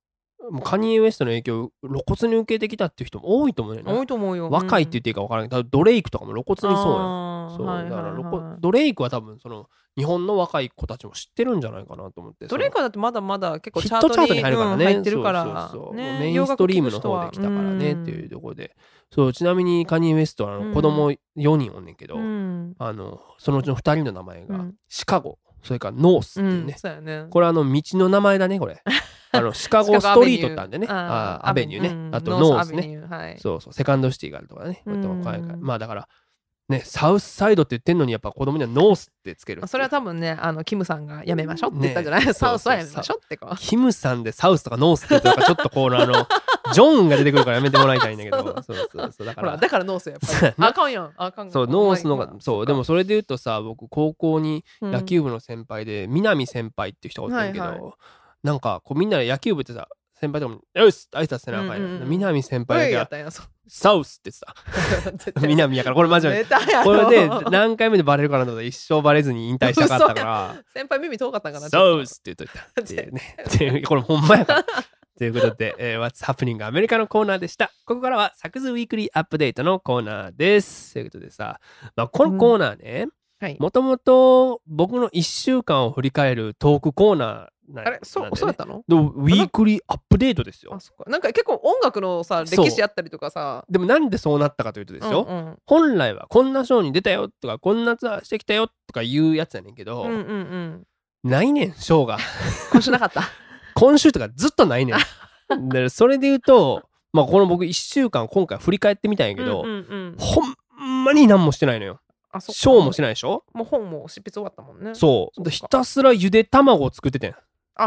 もうカニエ・ウエストの影響を露骨に受けてきたっていう人も多いと思うよね。 多いと思うよ。 若いって言っていいか分からないけど、ドレイクとかも露骨にそうやん。そう、 はいだからはいはいドレイクは多分その日本の若い子たちも知ってるんじゃないかなと思って。 ドレイクはだってまだまだ結構ヒットチャートに入るからね、 入ってるからそうもうね、 メインストリームの方で来たからねっていうところで、そうちなみにカニエ・ウエストは子供4人おんねんけど、そのうちの2人の名前がシカゴ、それからノースっていうね、 そうやね、 これ道の名前だねこれ。シカゴストリートってあるんでね、アベニューね、あとノースね、そうそうセカンドシティがあるとかね、まあだからね、サウスサイドって言ってんのにやっぱ子供にはノースってつける。 それは多分ね、キムさんがやめましょうって言ったんじゃない、サウスはやめましょうってキムさんでサウスとかノースって言ったらちょっとこうジョンが出てくるからやめてもらいたいんだけど、そうだからノースやっぱりあかんやん、あかん。 そうノースのがそうでもそれで言うとさ、僕高校に野球部の先輩で南先輩っていう人がおったんやけど、なんかこうみんなで野球部ってさ、先輩とかもよし挨拶せなあかんやん。南先輩がサウスってさ南やから、これマジでこれで何回目でバレるかなと思ったら一生バレずに引退したかったから先輩耳遠かったんかな、 サウスって言っといたっていうねこれほんまやからということで、What's Happening アメリカのコーナーでした。ここからはサクズウィークリーアップデートのコーナーです。ということでさ、このコーナーね、もともと僕の1週間を振り返るトークコーナーなんで、ね、 そうだったの？ ウィークリーアップデートですよ。 なんか結構音楽のさ歴史あったりとかさ。 でもなんでそうなったかというとですよ、本来はこんなショーに出たよとかこんなツアーしてきたよとかいうやつやねんけど、ないねんショーが今週なかった今週とかずっとないねんでそれで言うと、この僕1週間今回振り返ってみたんやけど、ほんまに何もしてないのよ。ショーもしないでしょ。 もう本も執筆終わったもんね。 そうひたすらゆで卵を作っててん。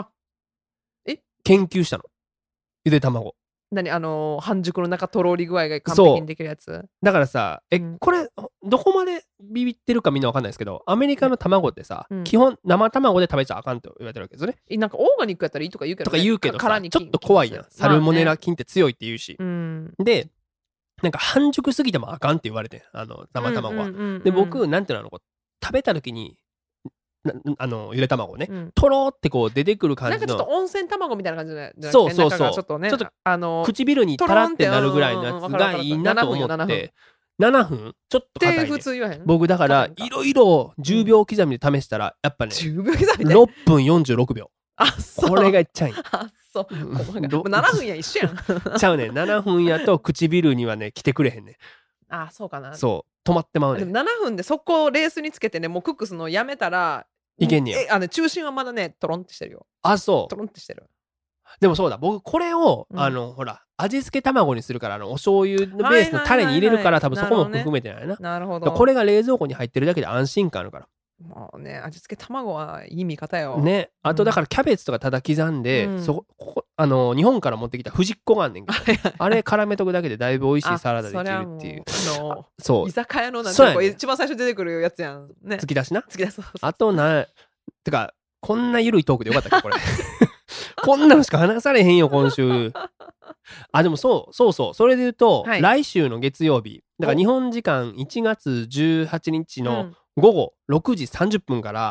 研究したの。ゆで卵。 半熟の中とろり具合が完璧にできるやつ。 だからさ、これどこまでビビってるかみんなわかんないですけど、アメリカの卵ってさ、基本生卵で食べちゃあかんと言われてるわけですよね。 なんかオーガニックやったらいいとか言うけど、ね、 とか言うけどさ、ちょっと怖いやん。サルモネラ菌って強いって言うし。でなんか半熟すぎてもあかんって言われて、生卵は。で僕なんていうの食べた時にゆで卵をね、とろーってこう出てくる感じの、 なんかちょっと温泉卵みたいな感じじゃない？ そうちょっとね、ちょっと唇にタラってなるぐらいのやつがいいなと思って7分ちょっと硬いね。僕だからいろいろ10秒刻みで試したらやっぱね 10秒刻みで 6分46秒。これがいっちゃい。 そう7分や一緒やんちゃうねん。7分やと唇にはね来てくれへんねん。 そうかな。 そう止まってまうねん。 7分でそこをレースにつけてね、もうクックすのやめたらいけんねや。 中心はまだねトロンってしてるよ。 そうトロンってしてる。 でもそうだ、僕これをほら味付け卵にするからお醤油のベースのタレに入れるから多分そこも含めてないな。 なるほど。 これが冷蔵庫に入ってるだけで安心感あるから。 もうね、味付け卵はいい見方よ。 ね、あとだからキャベツとかただ刻んで、日本から持ってきた藤子があんねんけど、あれ絡めとくだけでだいぶ美味しいサラダできるっていう。 そう。居酒屋のなんか一番最初出てくるやつやん。ね。 突き出しな。 突き出す。 あとてかこんなゆるいトークでよかったっけこれ。こんなのしか話されへんよ今週。でもそうそれで言うと、来週の月曜日だから日本時間1月18日の午後6時30分から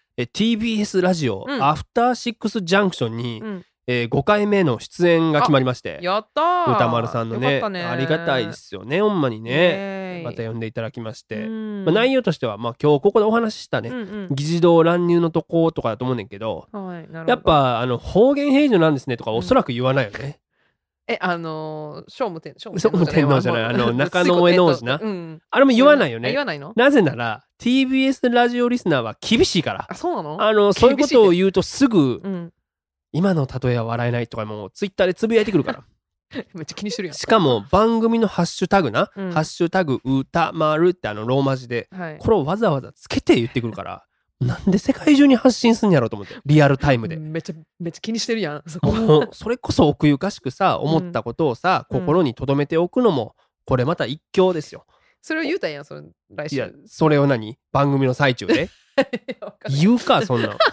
、TBS ラジオ、アフターシックスジャンクションに、5回目の出演が決まりまして、 やったー、 歌丸さんのね、ありがたいですよねほんまにね。また呼んでいただきまして、内容としては今日ここでお話ししたね、議事堂乱入のとことかだと思うねんけど、やっぱ方言平常なんですねとかおそらく言わないよね。 聖武天皇じゃない中野上王子な、あれも言わないよね。 言わないの？ なぜなら TBS ラジオリスナーは厳しいから。 そうなの？ そういうことを言うとすぐ、今の例えは笑えないとかもうツイッターでつぶやいてくるからめっちゃ気にしてるやん。 しかも番組のハッシュタグな、ハッシュタグ歌丸ってローマ字で、これをわざわざつけて言ってくるからなんで世界中に発信すんやろうと思って、リアルタイムで。 めっちゃ気にしてるやん。 それこそ奥ゆかしくさ思ったことをさ、心に留めておくのもこれまた一興ですよ。 それを言うたんや、それ来週。 いやそれを番組の最中で言うかそんなん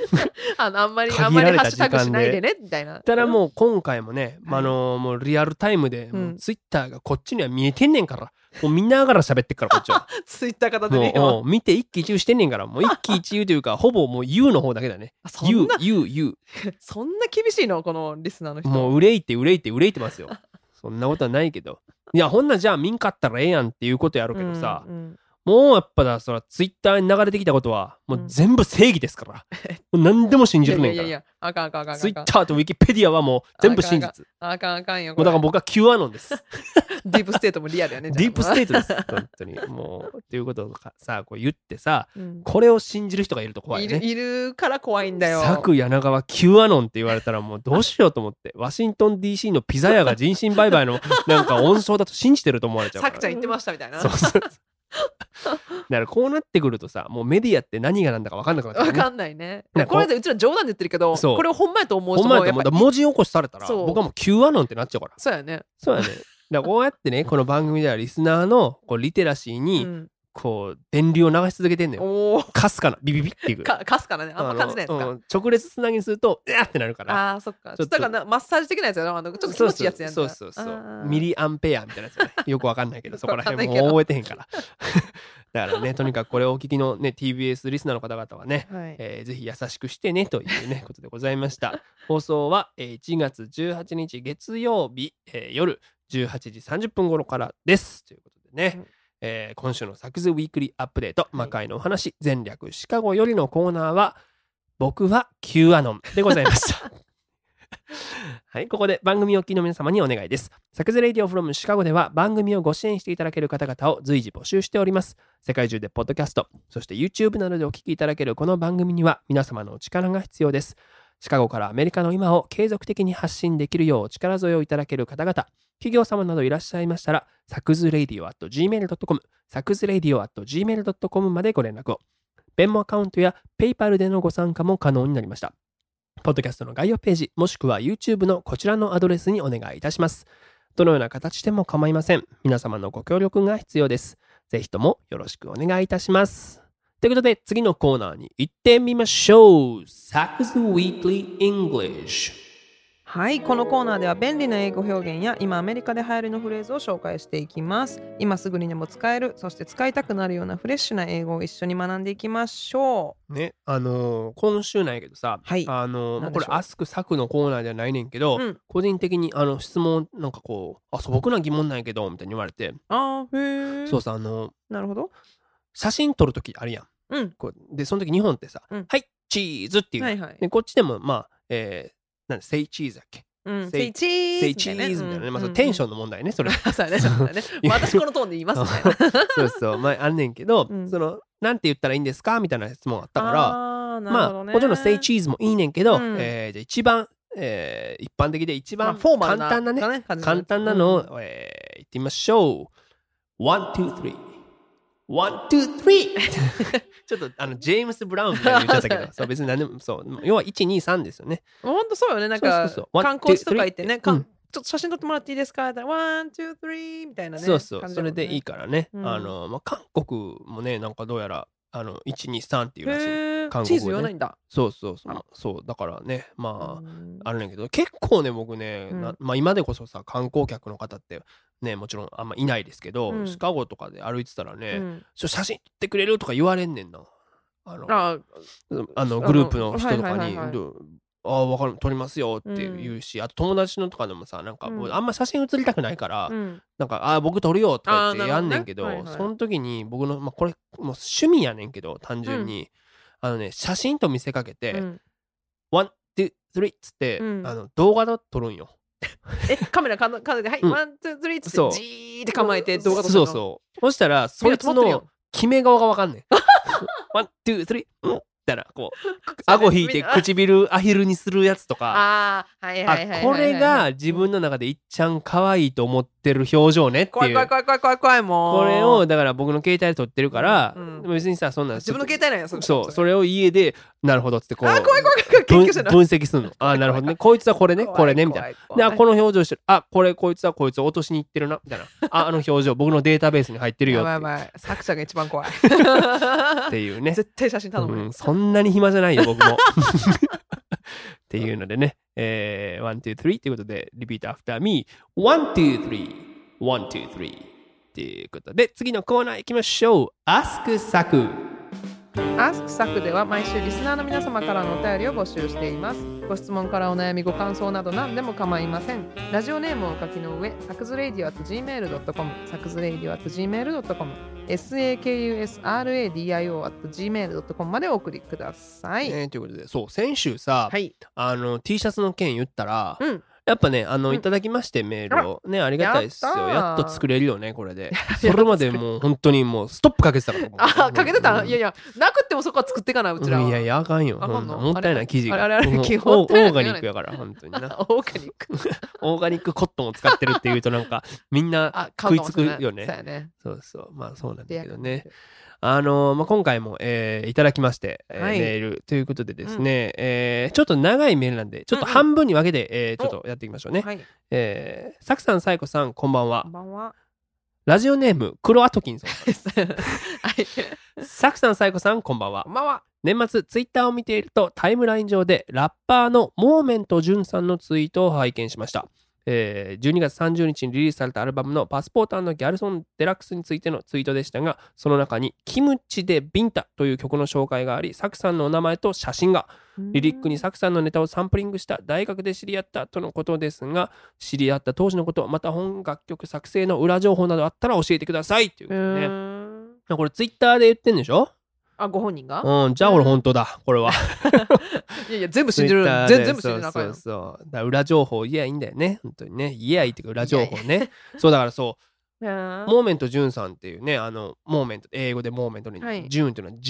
あんまり限られたハッシュタグしないでねみたいな。 ただもう今回もね、 はいもうリアルタイムで、 うんもうツイッターがこっちには見えてんねんから、もう見ながら喋ってっからこっちは。 ツイッター片手にもう見て一喜一憂してんねんから、もう一喜一憂というか、ほぼもう You の方だけだね。 あそんな You。 そんな厳しいのこのリスナーの人。 もう憂いてますよ。そんなことはないけど。いや、ほんなじゃあ見んかったらええやんっていうことやるけどさ、もうやっぱだ、そらツイッターに流れてきたことは、もう全部正義ですから。もう何でも信じるねんから。 いやあかんツイッターとウィキペディアはもう全部真実。 あかんよ。 もうだから僕は Q アノンです。 ディープステートもリアルやね。 ディープステートです。本当に。もう、っていうことをさ、こう言ってさ、 うんこれを信じる人がいると怖いね。 いるから怖いんだよ。 佐久柳川 Q アノンって言われたらもうどうしようと思って。ワシントン DC のピザ屋が人身売買のなんか温床だと信じてると思われちゃうから。 さくちゃん言ってましたみたいな。 そうそう。だからこうなってくるとさ、もうメディアって何がなんだか分かんなくなってくるね。 わかんないね。 なんかこれでうちら冗談で言ってるけど、 そうこれをほんまやと思うほんまやと思う。 人もやっぱだから文字起こしされたら、 そう僕はもう Q アノンってなっちゃうから。 そうやね。 そうやね。だからこうやってね、この番組ではリスナーのこうリテラシーうに、 んこう電流を流し続けてんのよ。 おお。 かすかなビビビっていく。 かすからね。あんま感じないやつか。 直列つなぎにするとうわってなるから。 あーそっか。 ちょっとちょっとだからマッサージ的なやつやろ。ちょっと気持ちいいやつやんそうミリアンペアみたいなやつね。よくわかんないけど、そこら辺もう覚えてへんから。だからね、とにかくこれをお聞きのね TBS リスナーの方々はね、 はいぜひ優しくしてねというねことでございました。放送は1月18日月曜日、夜18時30分頃からですということでね。今週のサクズウィークリーアップデート、魔界のお話、全略シカゴよりのコーナーは、僕は Q アノンでございました。はい、ここで番組をお聞きの皆様にお願いです。サクズレディオフロムシカゴでは番組をご支援していただける方々を随時募集しております。世界中でポッドキャスト、そして YouTube などでお聞きいただけるこの番組には皆様のお力が必要です。シカゴからアメリカの今を継続的に発信できるよう力添えをいただける方々、企業様などいらっしゃいましたら、サクズレディオ @gmail.com、サクズレディオ @gmail.com までご連絡を。ベンモアカウントや PayPal でのご参加も可能になりました。ポッドキャストの概要ページ、もしくは YouTube のこちらのアドレスにお願いいたします。どのような形でも構いません。皆様のご協力が必要です。ぜひともよろしくお願いいたします。ということで、次のコーナーに行ってみましょう。サクズ Weekly English。 はい、このコーナーでは便利な英語表現や今アメリカで流行りのフレーズを紹介していきます。今すぐにでも使える、そして使いたくなるようなフレッシュな英語を一緒に学んでいきましょね、今週なんやけどさ、 はいこ何でしょうれアスクサクのコーナーじゃないねんけど、 うん個人的に質問なんかこう素朴な疑問なんやけどみたいに言われて、 う。あーへえ。 そうさなるほど。 写真撮るときあるやん。 うん。 こうでその時日本ってさ、 うんはいチーズっていう、 はいはい。 でこっちでもなんでセイチーズだっけ、 うん、 セイチーズセイチーズみたいなね、まあそのテンションの問題ねそれ。 そうやね、そうやね。私このトーンで言いますみたいな。 そうそうまああんねんけど、 うんなんて言ったらいいんですかみたいな質問あったから、 あーなるほどね。 もちろんセイチーズもいいねんけど、 うんじゃあ一番、一般的で一番フォーマル簡単なね、 感じ簡単なのを、言ってみましょう。1、2、3。1、2、3! ちょっとジェームス・ブラウンみたいに言っちゃったけど、そう別に何でも、そう、要は1、2、3ですよね。 ほんとそうよね。なんかそうそう観光地とか行ってね、 うんちょっと写真撮ってもらっていいですかって言ったら、1、2、3みたいなね。 そうそう、 感じだもんねそれでいいからね。 うん韓国もね、なんかどうやら、1、2、3っていうらしい。 へー韓国語でチーズ言わないんだ。 そうそうそあらう。そう、だからね、まあ、 うんあるんやけど結構ね僕ね、 うんまあ今でこそさ観光客の方ってねもちろんあんまいないですけど、 うんシカゴとかで歩いてたらね、 うん写真撮ってくれるとか言われんねんな。 あグループの人とかにはい分かる撮りますよって言うし、あと友達のとかでもさなんかもうあんま写真写りたくないから、 うんなんか僕撮るよとか言ってやんねんけど、 なるほどねはいはいその時に僕の、これもう趣味やねんけど単純に、写真と見せかけて、 うんワン、ツー、スリーっつって、 うん動画で撮るんよ。 カメラかんで、はい、 うんワン、ツー、スリーっつそうって、じーって構えて動画撮ってそうそう。そしたら、そいつの決め顔がわかんねん。ワン、ツー、スリー、みたいな、こう、顎引いて唇アヒルにするやつとか、 ああ、はいはいはいはいはい。 これが自分の中でいっちゃん可愛いと思ってる表情ねっていう。 怖いもう。 これを、だから僕の携帯で撮ってるから、 うんでも別にさ、そんな。 自分の携帯なんや、 そう、それを家で、なるほどっつってこう、 怖い研究してる分析するの。なるほどね。こいつはこれね、これね、みたいな。で、この表情してる。こいつはこいつを落としに行ってるな、みたいな。あの表情、僕のデータベースに入ってるよっていう。 やばい。作者が一番怖い。 っていうね。 絶対写真頼むね。 そんなに暇じゃないよ僕もっていうのでね、1、2、3ということで、repeat after me 1、2、3 1、2、3ということで、次のコーナー行きましょう。 Ask サク。 アスクサクでは毎週リスナーの皆様からのお便りを募集しています。ご質問からお悩みご感想など何でも構いません。ラジオネームをお書きの上、サクズレイディオ @gmail.com サクズレイディオ @gmail.com sakusradio @gmail.com までお送りください。 ということで、そう先週さ、 はい、 T シャツの件言ったら、 うん、 やっぱねいただきましてメールをね、ありがたいですよ。やっと作れるよねこれで。それまでもう本当にもうストップかけてたからかけてた、いやいや、なくってもそこは作ってかな、うちらは。 いやいや、あかんよ。もったいない生地が。 あれオーガニックやから、本当にな。 オーガニックオーガニックコットンを使ってるっていうとなんかみんな食いつくよね。そうそう、まあそうなんだけどね。今回も、いただきまして、メールということでですね、ちょっと長いメールなんでちょっと半分に分けて、ちょっとやっていきましょうね。サクさん、サイコさん、こんばんは。 こんばんは。 ラジオネームクロアトキンさんサクさん、サイコさん、こんばんは。 こんばんは。 年末ツイッターを見ているとタイムライン上でラッパーのモーメントジュンさんのツイートを拝見しました。12月30日にリリースされたアルバムのパスポート&ギャルソンデラックスについてのツイートでしたが、その中にキムチでビンタという曲の紹介があり、サクさんのお名前と写真が、リリックにサクさんのネタをサンプリングした大学で知り合ったとのことですが、知り合った当時のこと、また本楽曲作成の裏情報などあったら教えてくださいということでね。これツイッターで言ってんでしょ。 ご本人が？ じゃあ俺本当だこれは。 いやいや、全部信じる。全部信じなあかんよ。 そうだから裏情報言えばいいんだよね、本当にね。言えばいいっていうか裏情報ね。そうだからそうモーメントジュンさんっていうね、モーメント、英語でモーメントに、ジュンっていうのは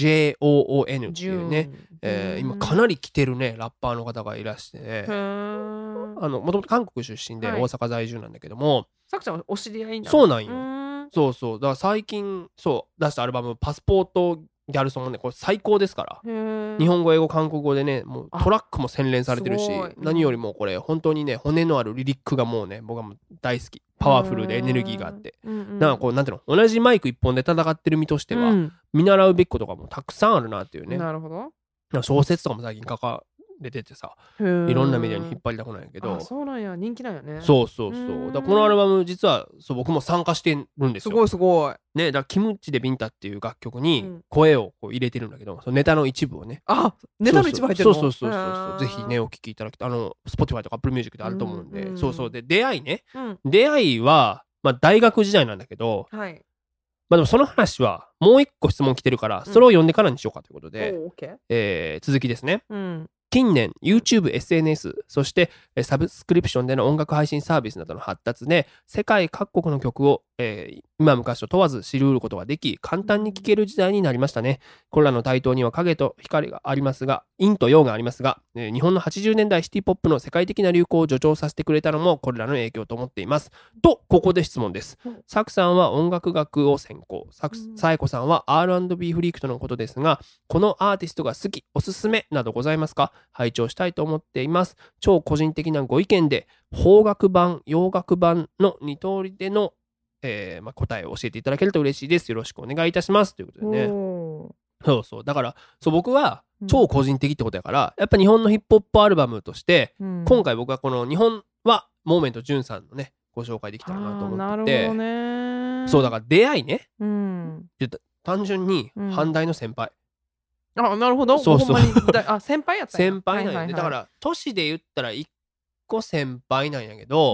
JOON っていうね、今かなり来てるねラッパーの方がいらしてね。もともと韓国出身で大阪在住なんだけども、 さくちゃんはお知り合いなの？ そうなんよ。そうそう、だから最近そう出したアルバムパスポートギャルソンもね、これ最高ですから。日本語、英語、韓国語でね、もうトラックも洗練されてるし、何よりもこれ本当にね、骨のあるリリックがもうね、僕はもう大好き。パワフルでエネルギーがあって、なんかこうなんていうの、同じマイク一本で戦ってる身としては、見習うべきことがもうたくさんあるなっていうね。 なるほど。 小説とかも最近書かれててさ、いろんなメディアに引っ張りだこないけど。 そうなんや、人気なんやね。 そうそうそう。だからこのアルバム実はそう僕も参加してるんですよ。 すごいすごい。 ね、だからキムチでビンタっていう楽曲に声をこう入れてるんだけど、そのネタの一部をね。 ネタの一部入ってるの？ そうぜひねお聴きいただきたい。Spotify とか Apple Music であると思うんで、そうそうで出会いね。出会いはまあ大学時代なんだけど、まあでもその話はもう一個質問来てるからそれを読んでからにしようかということで、続きですね。近年 YouTube、SNS、そしてサブスクリプションでの音楽配信サービスなどの発達で世界各国の曲を、今昔と問わず知り得ることができ、簡単に聴ける時代になりましたね。これらの台頭には影と光がありますが、陰と陽がありますが、日本の80年代シティポップの世界的な流行を助長させてくれたのもこれらの影響と思っています。と、ここで質問です。サクさんは音楽学を専攻、サエコさんは R&B フリークとのことですが、このアーティストが好き、おすすめなどございますか？拝聴したいと思っています。超個人的なご意見で、邦楽版、洋楽版の二通りでの、答えを教えていただけると嬉しいです。よろしくお願いいたします。ということでね。そうそう。だから、僕は超個人的ってことやから、やっぱ日本のヒップホップアルバムとして、今回僕はこの日本はモーメントジュンさんのね、ご紹介できたらなと思ってて。なるほどね。そう、だから出会いね。単純に反対の先輩。 なるほど。 そうそう。 先輩やったんや。 先輩なんやね。だから年で言ったら1個先輩なんやけど、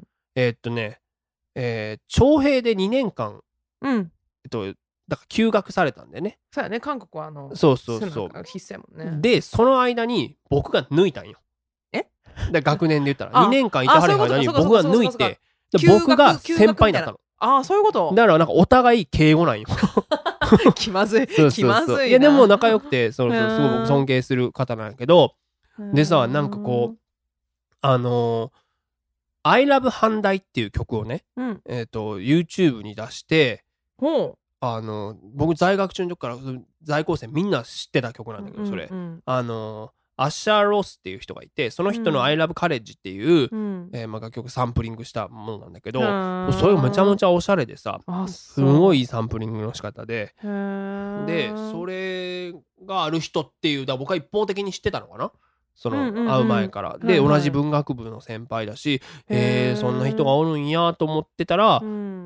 徴兵で2年間だから休学されたんだよね。 そうやね、韓国はそう必須やもんね。 でその間に僕が抜いたんよ。学年で言ったら2年間いたはれ間に僕が抜いて、僕が先輩だったの。 そういうこと。 だからなんかお互い敬語なんよ。 気まずい。気まずいな。 いやでも仲良くてすごく僕尊敬する方なんやけど、でさ、なんかこうI Love 阪大っていう曲をね、YouTube に出して、僕在学中の時から在校生みんな知ってた曲なんだけど、それアッシャー・ロスっていう人がいて、その人の I Love College っていう、楽曲サンプリングしたものなんだけど、それがめちゃめちゃおしゃれでさ、すごいいいサンプリングの仕方で、でそれがある人っていう、だ僕は一方的に知ってたのかな、その会う前から、で同じ文学部の先輩だし、そんな人がおるんやと思ってたら、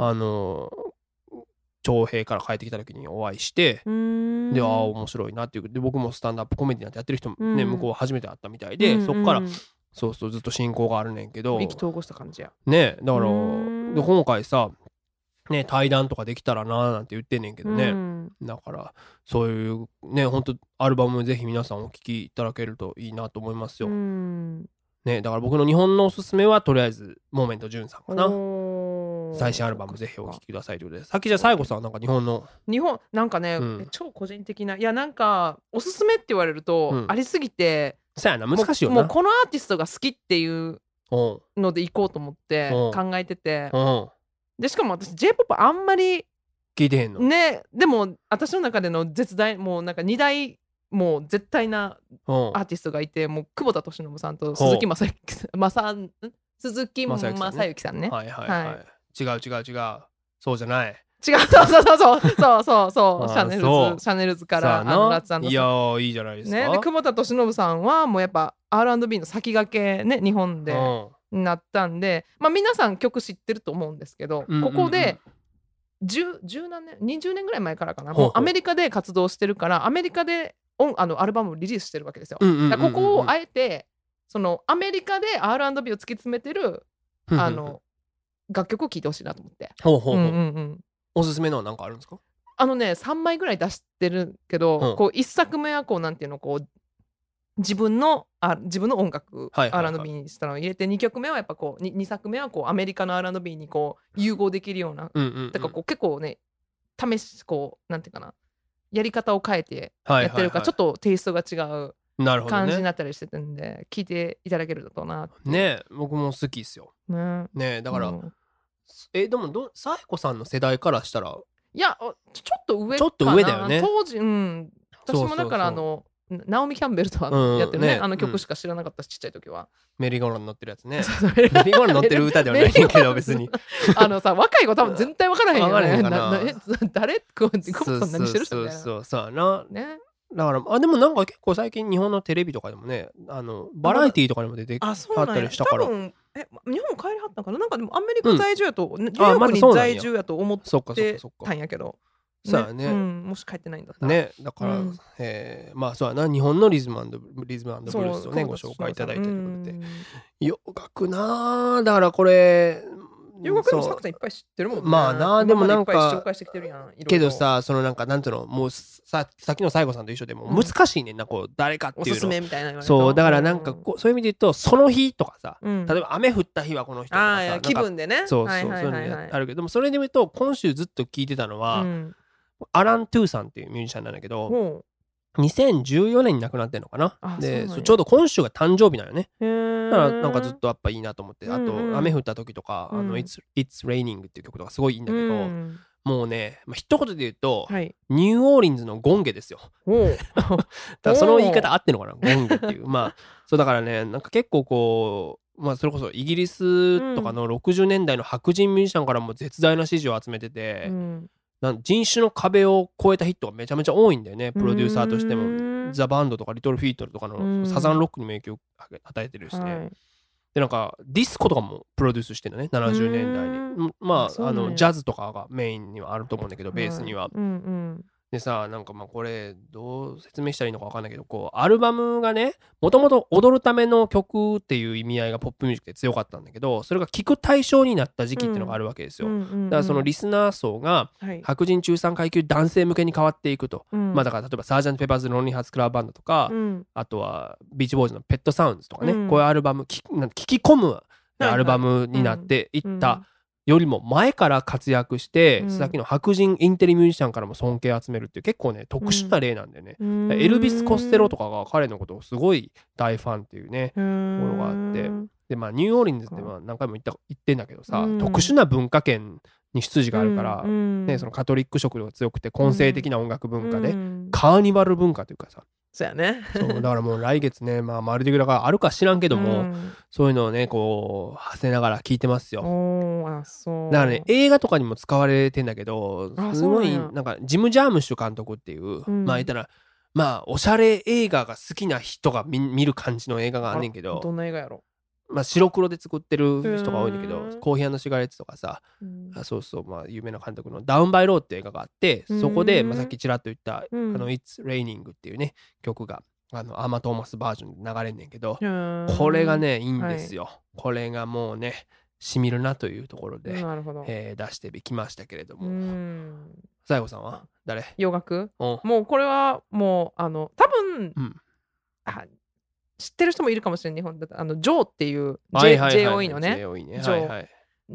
徴兵から帰ってきた時にお会いして、で面白いなっていうで、僕もスタンドアップコメディなんてやってる人もね、向こうは初めて会ったみたいで、そっからそうずっと親交があるねんけど、 意気投合した感じやね。だからで今回さね、対談とかできたらなーなんて言ってんねんけどね、だからそういうね、ほんとアルバムぜひ皆さんお聴きいただけるといいなと思いますよ、ね。だから僕の日本のおすすめはとりあえずモーメントジュンさんかな。最新アルバムぜひお聴きくださいということで、さっきじゃあ最後さ、なんか日本なんかね、超個人的な、いやなんかおすすめって言われると、ありすぎて、 そうやな、難しいよな。 もうこのアーティストが好きっていうので行こうと思って考えてて、でしかも私 J-POP あんまり聞いてへんのね。でも私の中での絶大、もうなんか2大もう絶対なアーティストがいて、もう久保田利伸さんと鈴木雅之さんね。 はいはいはい。違うそうじゃない。 違う、そうシャネルズからラッツ& いやいいじゃないですかね。で久保田利伸さんはもうやっぱ R&B の先駆けね、日本でなったんで、まあ皆さん曲知ってると思うんですけど、ここで10何年20年ぐらい前からかな、もうアメリカで活動してるから、アメリカでアルバムをリリースしてるわけですよ。だからここをあえてそのアメリカで R&B を突き詰めてる楽曲を聴いてほしいなと思って。 おすすめのは何かあるんですか？ 3枚ぐらい出してるけど、こう1作目はこうなんていうの、こう自分の音楽 R&B にしたのを入れて、2曲目はやっぱこう 2作目はこうアメリカの R&B にこう融合できるような、だからこう結構ねこうなんていうかな、やり方を変えてやってるから、ちょっとテイストが違う感じになったりしてたんで、聞いていただけるとなってね。僕も好きっすよね。だからでもサエコさんの世代からしたら、 いやちょっと上だよね当時。私もだからナオミ・キャンベルとはやってるね、曲しか知らなかったし、ちっちゃい時は。 メリーゴーランド乗ってるやつね。メリーゴーランド乗ってる歌ではないけど別にさ、若い子多分絶対分からへんよね。誰久保さん何してる人みたいな。 そうやな。だからでもなんか結構最近日本のテレビとかでもね、バラエティーとかにも出てあったりしたから。 多分日本帰りはったんかな。なんかでもアメリカ在住やと、ニューヨークに在住やと思ってたんやけど。 そうやね、 もし帰ってないんだったらね。だから、まあそうやな、日本のリズム&ブルースをねご紹介いただいたということで、洋楽な。だからこれ洋楽の作さんいっぱい知ってるもんね。 まあな。でもなんか紹介してきてるやん。 けどさ、そのなんかなんていうの、もうさっきの西郷さんと一緒でも難しいねんな、こう誰かっていうのおすすめみたいな。 そうだからなんかこうそういう意味で言うと、その日とかさ、例えば雨降った日はこの人とかさ、 気分でね。 そういうのあるけど、でもそれで言うと今週ずっと聞いてたのはアラン・トゥーさんっていうミュージシャンなんだけど、2014年に亡くなってんのかな。でちょうど今週が誕生日なのね。だからなんかずっとやっぱいいなと思って、あと雨降った時とかIt's Raining っていう曲とかすごいいいんだけど、もうね、一言で言うとニューオーリンズのゴンゲですよ。だその言い方合ってんのかな、ゴンゲっていう。まあそうだからね、なんか結構こうそれこそイギリスとかの60年代の白人ミュージシャンからも絶大な支持を集めてて、人種の壁を越えたヒットがめちゃめちゃ多いんだよね。プロデューサーとしてもザ・バンドとかリトル・フィートルとかのサザンロックにも影響を与えてるしね、でなんかディスコとかもプロデュースしてるのね、70年代に。まあジャズとかがメインにはあると思うんだけど、ベースには。でさ、なんかこれどう説明したらいいのか分かんないけど、こうアルバムがね、もともと踊るための曲っていう意味合いがポップミュージックで強かったんだけど、それが聴く対象になった時期っていうのがあるわけですよ。だからそのリスナー層が白人中産階級男性向けに変わっていくと、まあだから例えばサージャント・ペパーズ・ロンリー・ハーツ・クラブ・バンドとか、あとはビーチボーイズのペット・サウンズとかね、こういうアルバム聴き込むアルバムになっていったよりも前から活躍して、さっきの白人インテリミュージシャンからも尊敬を集めるっていう結構ね特殊な例なんでね、エルビス・コステロとかが彼のことをすごい大ファンっていうねものがあって、でニューオーリンズって何回も言ってんだけどさ、特殊な文化圏に出自があるから、ね、そのカトリック色が強くて根性的な音楽文化で、カーニバル文化というかさ、 そうやね。 そうだからもう来月ね、まあ、マルディグラがあるか知らんけども、 うんそういうのをねこう馳せながら聞いてますよ。 おー、あ、そう。 だからね映画とかにも使われてんだけど、 あすごいそうなんやなんかジム・ジャームッシュ監督っていう、 うんまあ言ったらまあおしゃれ映画が好きな人が見る感じの映画があんねんけど、 どんな映画やろ。 まあ白黒で作ってる人が多いんだけど、 うんコーヒー&シガレッツとかさ、 うんそうそうまあ有名な監督のダウンバイローって映画があって、そこで、まあ、さっきちらっと言ったうん It's Raining っていうね曲がアーマ・トーマスバージョンで流れんねんけど、 ここれがねいいんですよ、これがもうねしみるなというところで、 なるほど。 出してきましたけれども、 うん西郷さんは誰？ 洋楽おもうこれはもう多分、 うんあ知ってる人もいるかもしれない。日本だとジョーっていう JOE のね、 JOE ね、 ジョーはいはい、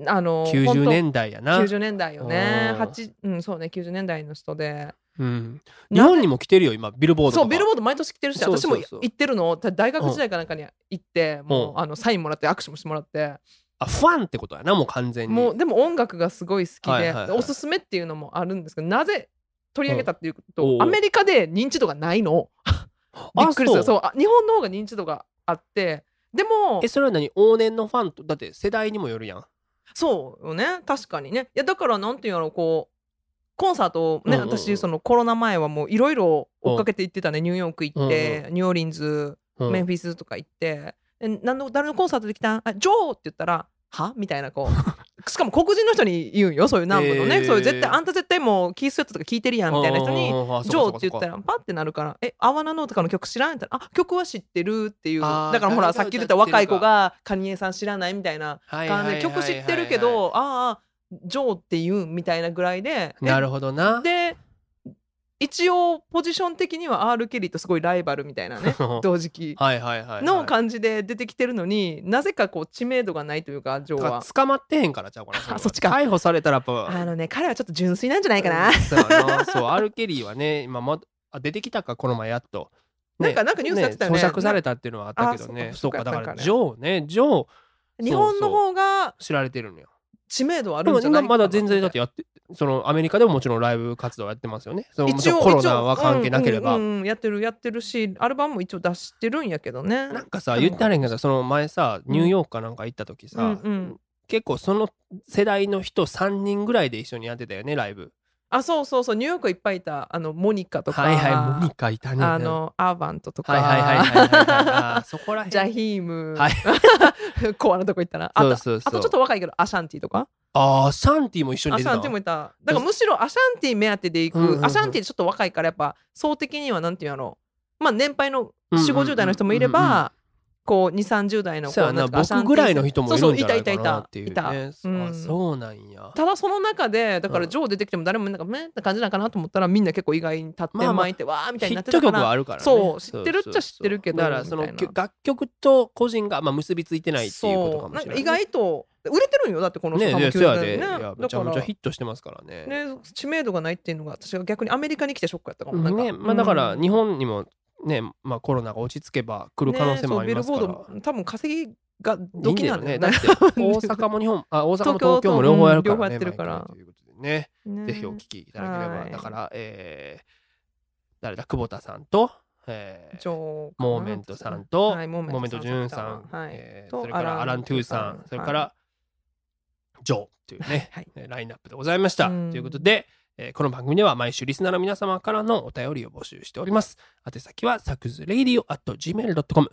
90 90年代やな。 90年代よね。 うんそうね、90年代の人で。 うん、日本にも来てるよ今ビルボードとか。 そうビルボード毎年来てるし、 そうそうそう私も行ってるの。大学時代かなんかに行って、もうサインもらって握手もしてもらって。 あファンってことやなもう完全に。 もうでも音楽がすごい好きで、 はいはいはいおすすめっていうのもあるんですけど、なぜ取り上げたっていうと、 おうアメリカで認知度がないの。びっくりする。そう日本の方が認知度があって、でもそれは何往年のファンとだって世代にもよるやん。 そうよね、確かにね。いやだからなんていうの、こうコンサートね、 うんうんうん私そのコロナ前はもういろいろ追っかけて行ってたね。ニューヨーク行って、ニューオーリンズ、 うんメンフィスとか行って、誰のコンサートで来たん？ジョーって言ったらはみたいな、こうしかも黒人の人に言うんよ、そういう南部のね、そういう絶対あんた絶対もうキースウェットとか聞いてるやんみたいな人にジョーって言ったらパッてなるから、アワナノーとかの曲知らんって言ったら、曲は知ってるっていう。 あーだからほらさっき言ってた若い子がカニエさん知らないみたいなはい感じで、曲知ってるけどジョーって言うみたいなぐらいで。 なるほどな。 で一応ポジション的には R ケリーとすごいライバルみたいなね同時期はいはいはい、はい、 の感じで出てきてるのに、なぜかこう知名度がないというか、ジョーは捕まってへんからちゃうかな。 そっちか。 逮捕されたらやっぱ彼はちょっと純粋なんじゃないかな。 そうやなそう R ケリーはね今出てきたかこの前やっと、 ね、なんかニュースやってたよね。 咀嚼されたっていうのはあったけどね。そうかだからジョー日本の方が知られてるのよ。 知名度あるんじゃないかな。 まだ全然だってやってそのアメリカでももちろんライブ活動やってますよね。そのもちろんコロナは関係なければ、 やってるし、アルバムも一応出してるんやけどね。 なんかさ言ってあれんけど、その前さニューヨークかなんか行った時さ、結構その世代の人3人ぐらいで一緒にやってたよねライブ。 そうニューヨークいっぱいいた。モニカとか、 はいはいモニカいたね。 アーバントとか、 そこら辺ジャヒーム、 はいコアなとこ行ったら、あとちょっと若いけどアシャンティとか。 アシャンティも一緒に出てた。 アシャンティもいた。だからむしろアシャンティ目当てで行く、アシャンティちょっと若いからやっぱ層的にはなんていうの、まあ年配の4、50代の人もいれば、こう2、30代の子な僕ぐらいの人もいるんじゃないかなっていうね。そうなんや。 ただその中でだからジョー出てきても誰もなんかめって感じなんかなと思ったら、みんな結構意外に立って巻いてわーみたいになってたから。 ヒット曲はあるからね。 そう知ってるっちゃ知ってるけど、 だからその楽曲と個人が結びついてないっていうことかもしれない。 意外と売れてるんよ。だってこの人ね、そうやで、めちゃめちゃヒットしてますからね。 知名度がないっていうのが私は逆にアメリカに来てショックやったかもね。 まあだから日本にもね、まあコロナが落ち着けば来る可能性もありますから。 ビルボード多分稼ぎがドキなんだよね。 だって大阪も大阪も東京も両方やるからね。 両方やってるからということでね、ぜひお聞きいただければ。だから誰だ、久保田さんとモーメントさんとモーメントジュンさん、それからアラン・トゥーさん、それからジョーというねラインナップでございました。ということで。この番組では毎週リスナーの皆様からのお便りを募集しております。宛先はsaksradio@gmail.com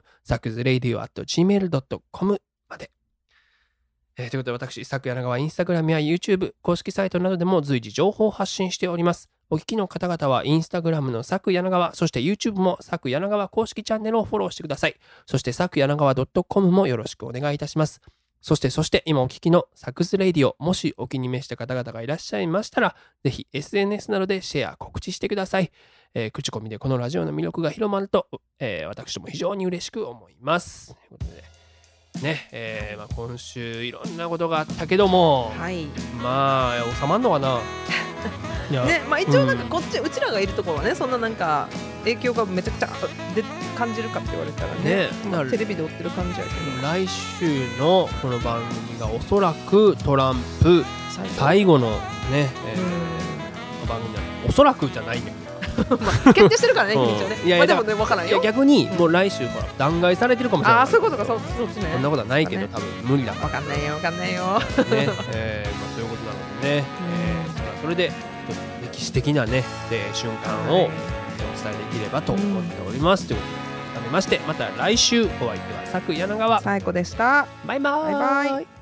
saksradio@gmail.com まで。ということで私、サク柳川インスタグラムや YouTube 公式サイトなどでも随時情報を発信しております。お聞きの方々はインスタグラムのサク柳川、そして YouTube もサク柳川公式チャンネルをフォローしてください。そしてサク柳川 .com もよろしくお願いいたします。そして今お聞きのサクスレイディオ、もしお気に召した方々がいらっしゃいましたら、ぜひ SNS などでシェア、告知してください。口コミでこのラジオの魅力が広まると、私も非常に嬉しく思います。ということでね、今週いろんなことがあったけども、まあ収まんのかな。 ね、まあ一応なんかうちらがいるところはね、そんななんか影響がめちゃくちゃで感じるかって言われたらね、テレビで追ってる感じやけど、 来週のこの番組がおそらくトランプ最後のね、番組なの。おそらくじゃないね。 まあ決定してるからね、日にちはね。 いやいやまあでもね、分からんよ。 いや逆にもう来週ほら弾劾されてるかもしれない。 ああ、そういうことか、そっちね。 そんなことはないけど多分無理だか分かんないよ、分かんないよ。 らね、まあそういうことなのでね、それで歴史的なね、瞬間をお伝えできればと思っております。ということで改めましてまた来週、お相手は佐久柳川、 最高でした。 バイバーイ。 バイバイ。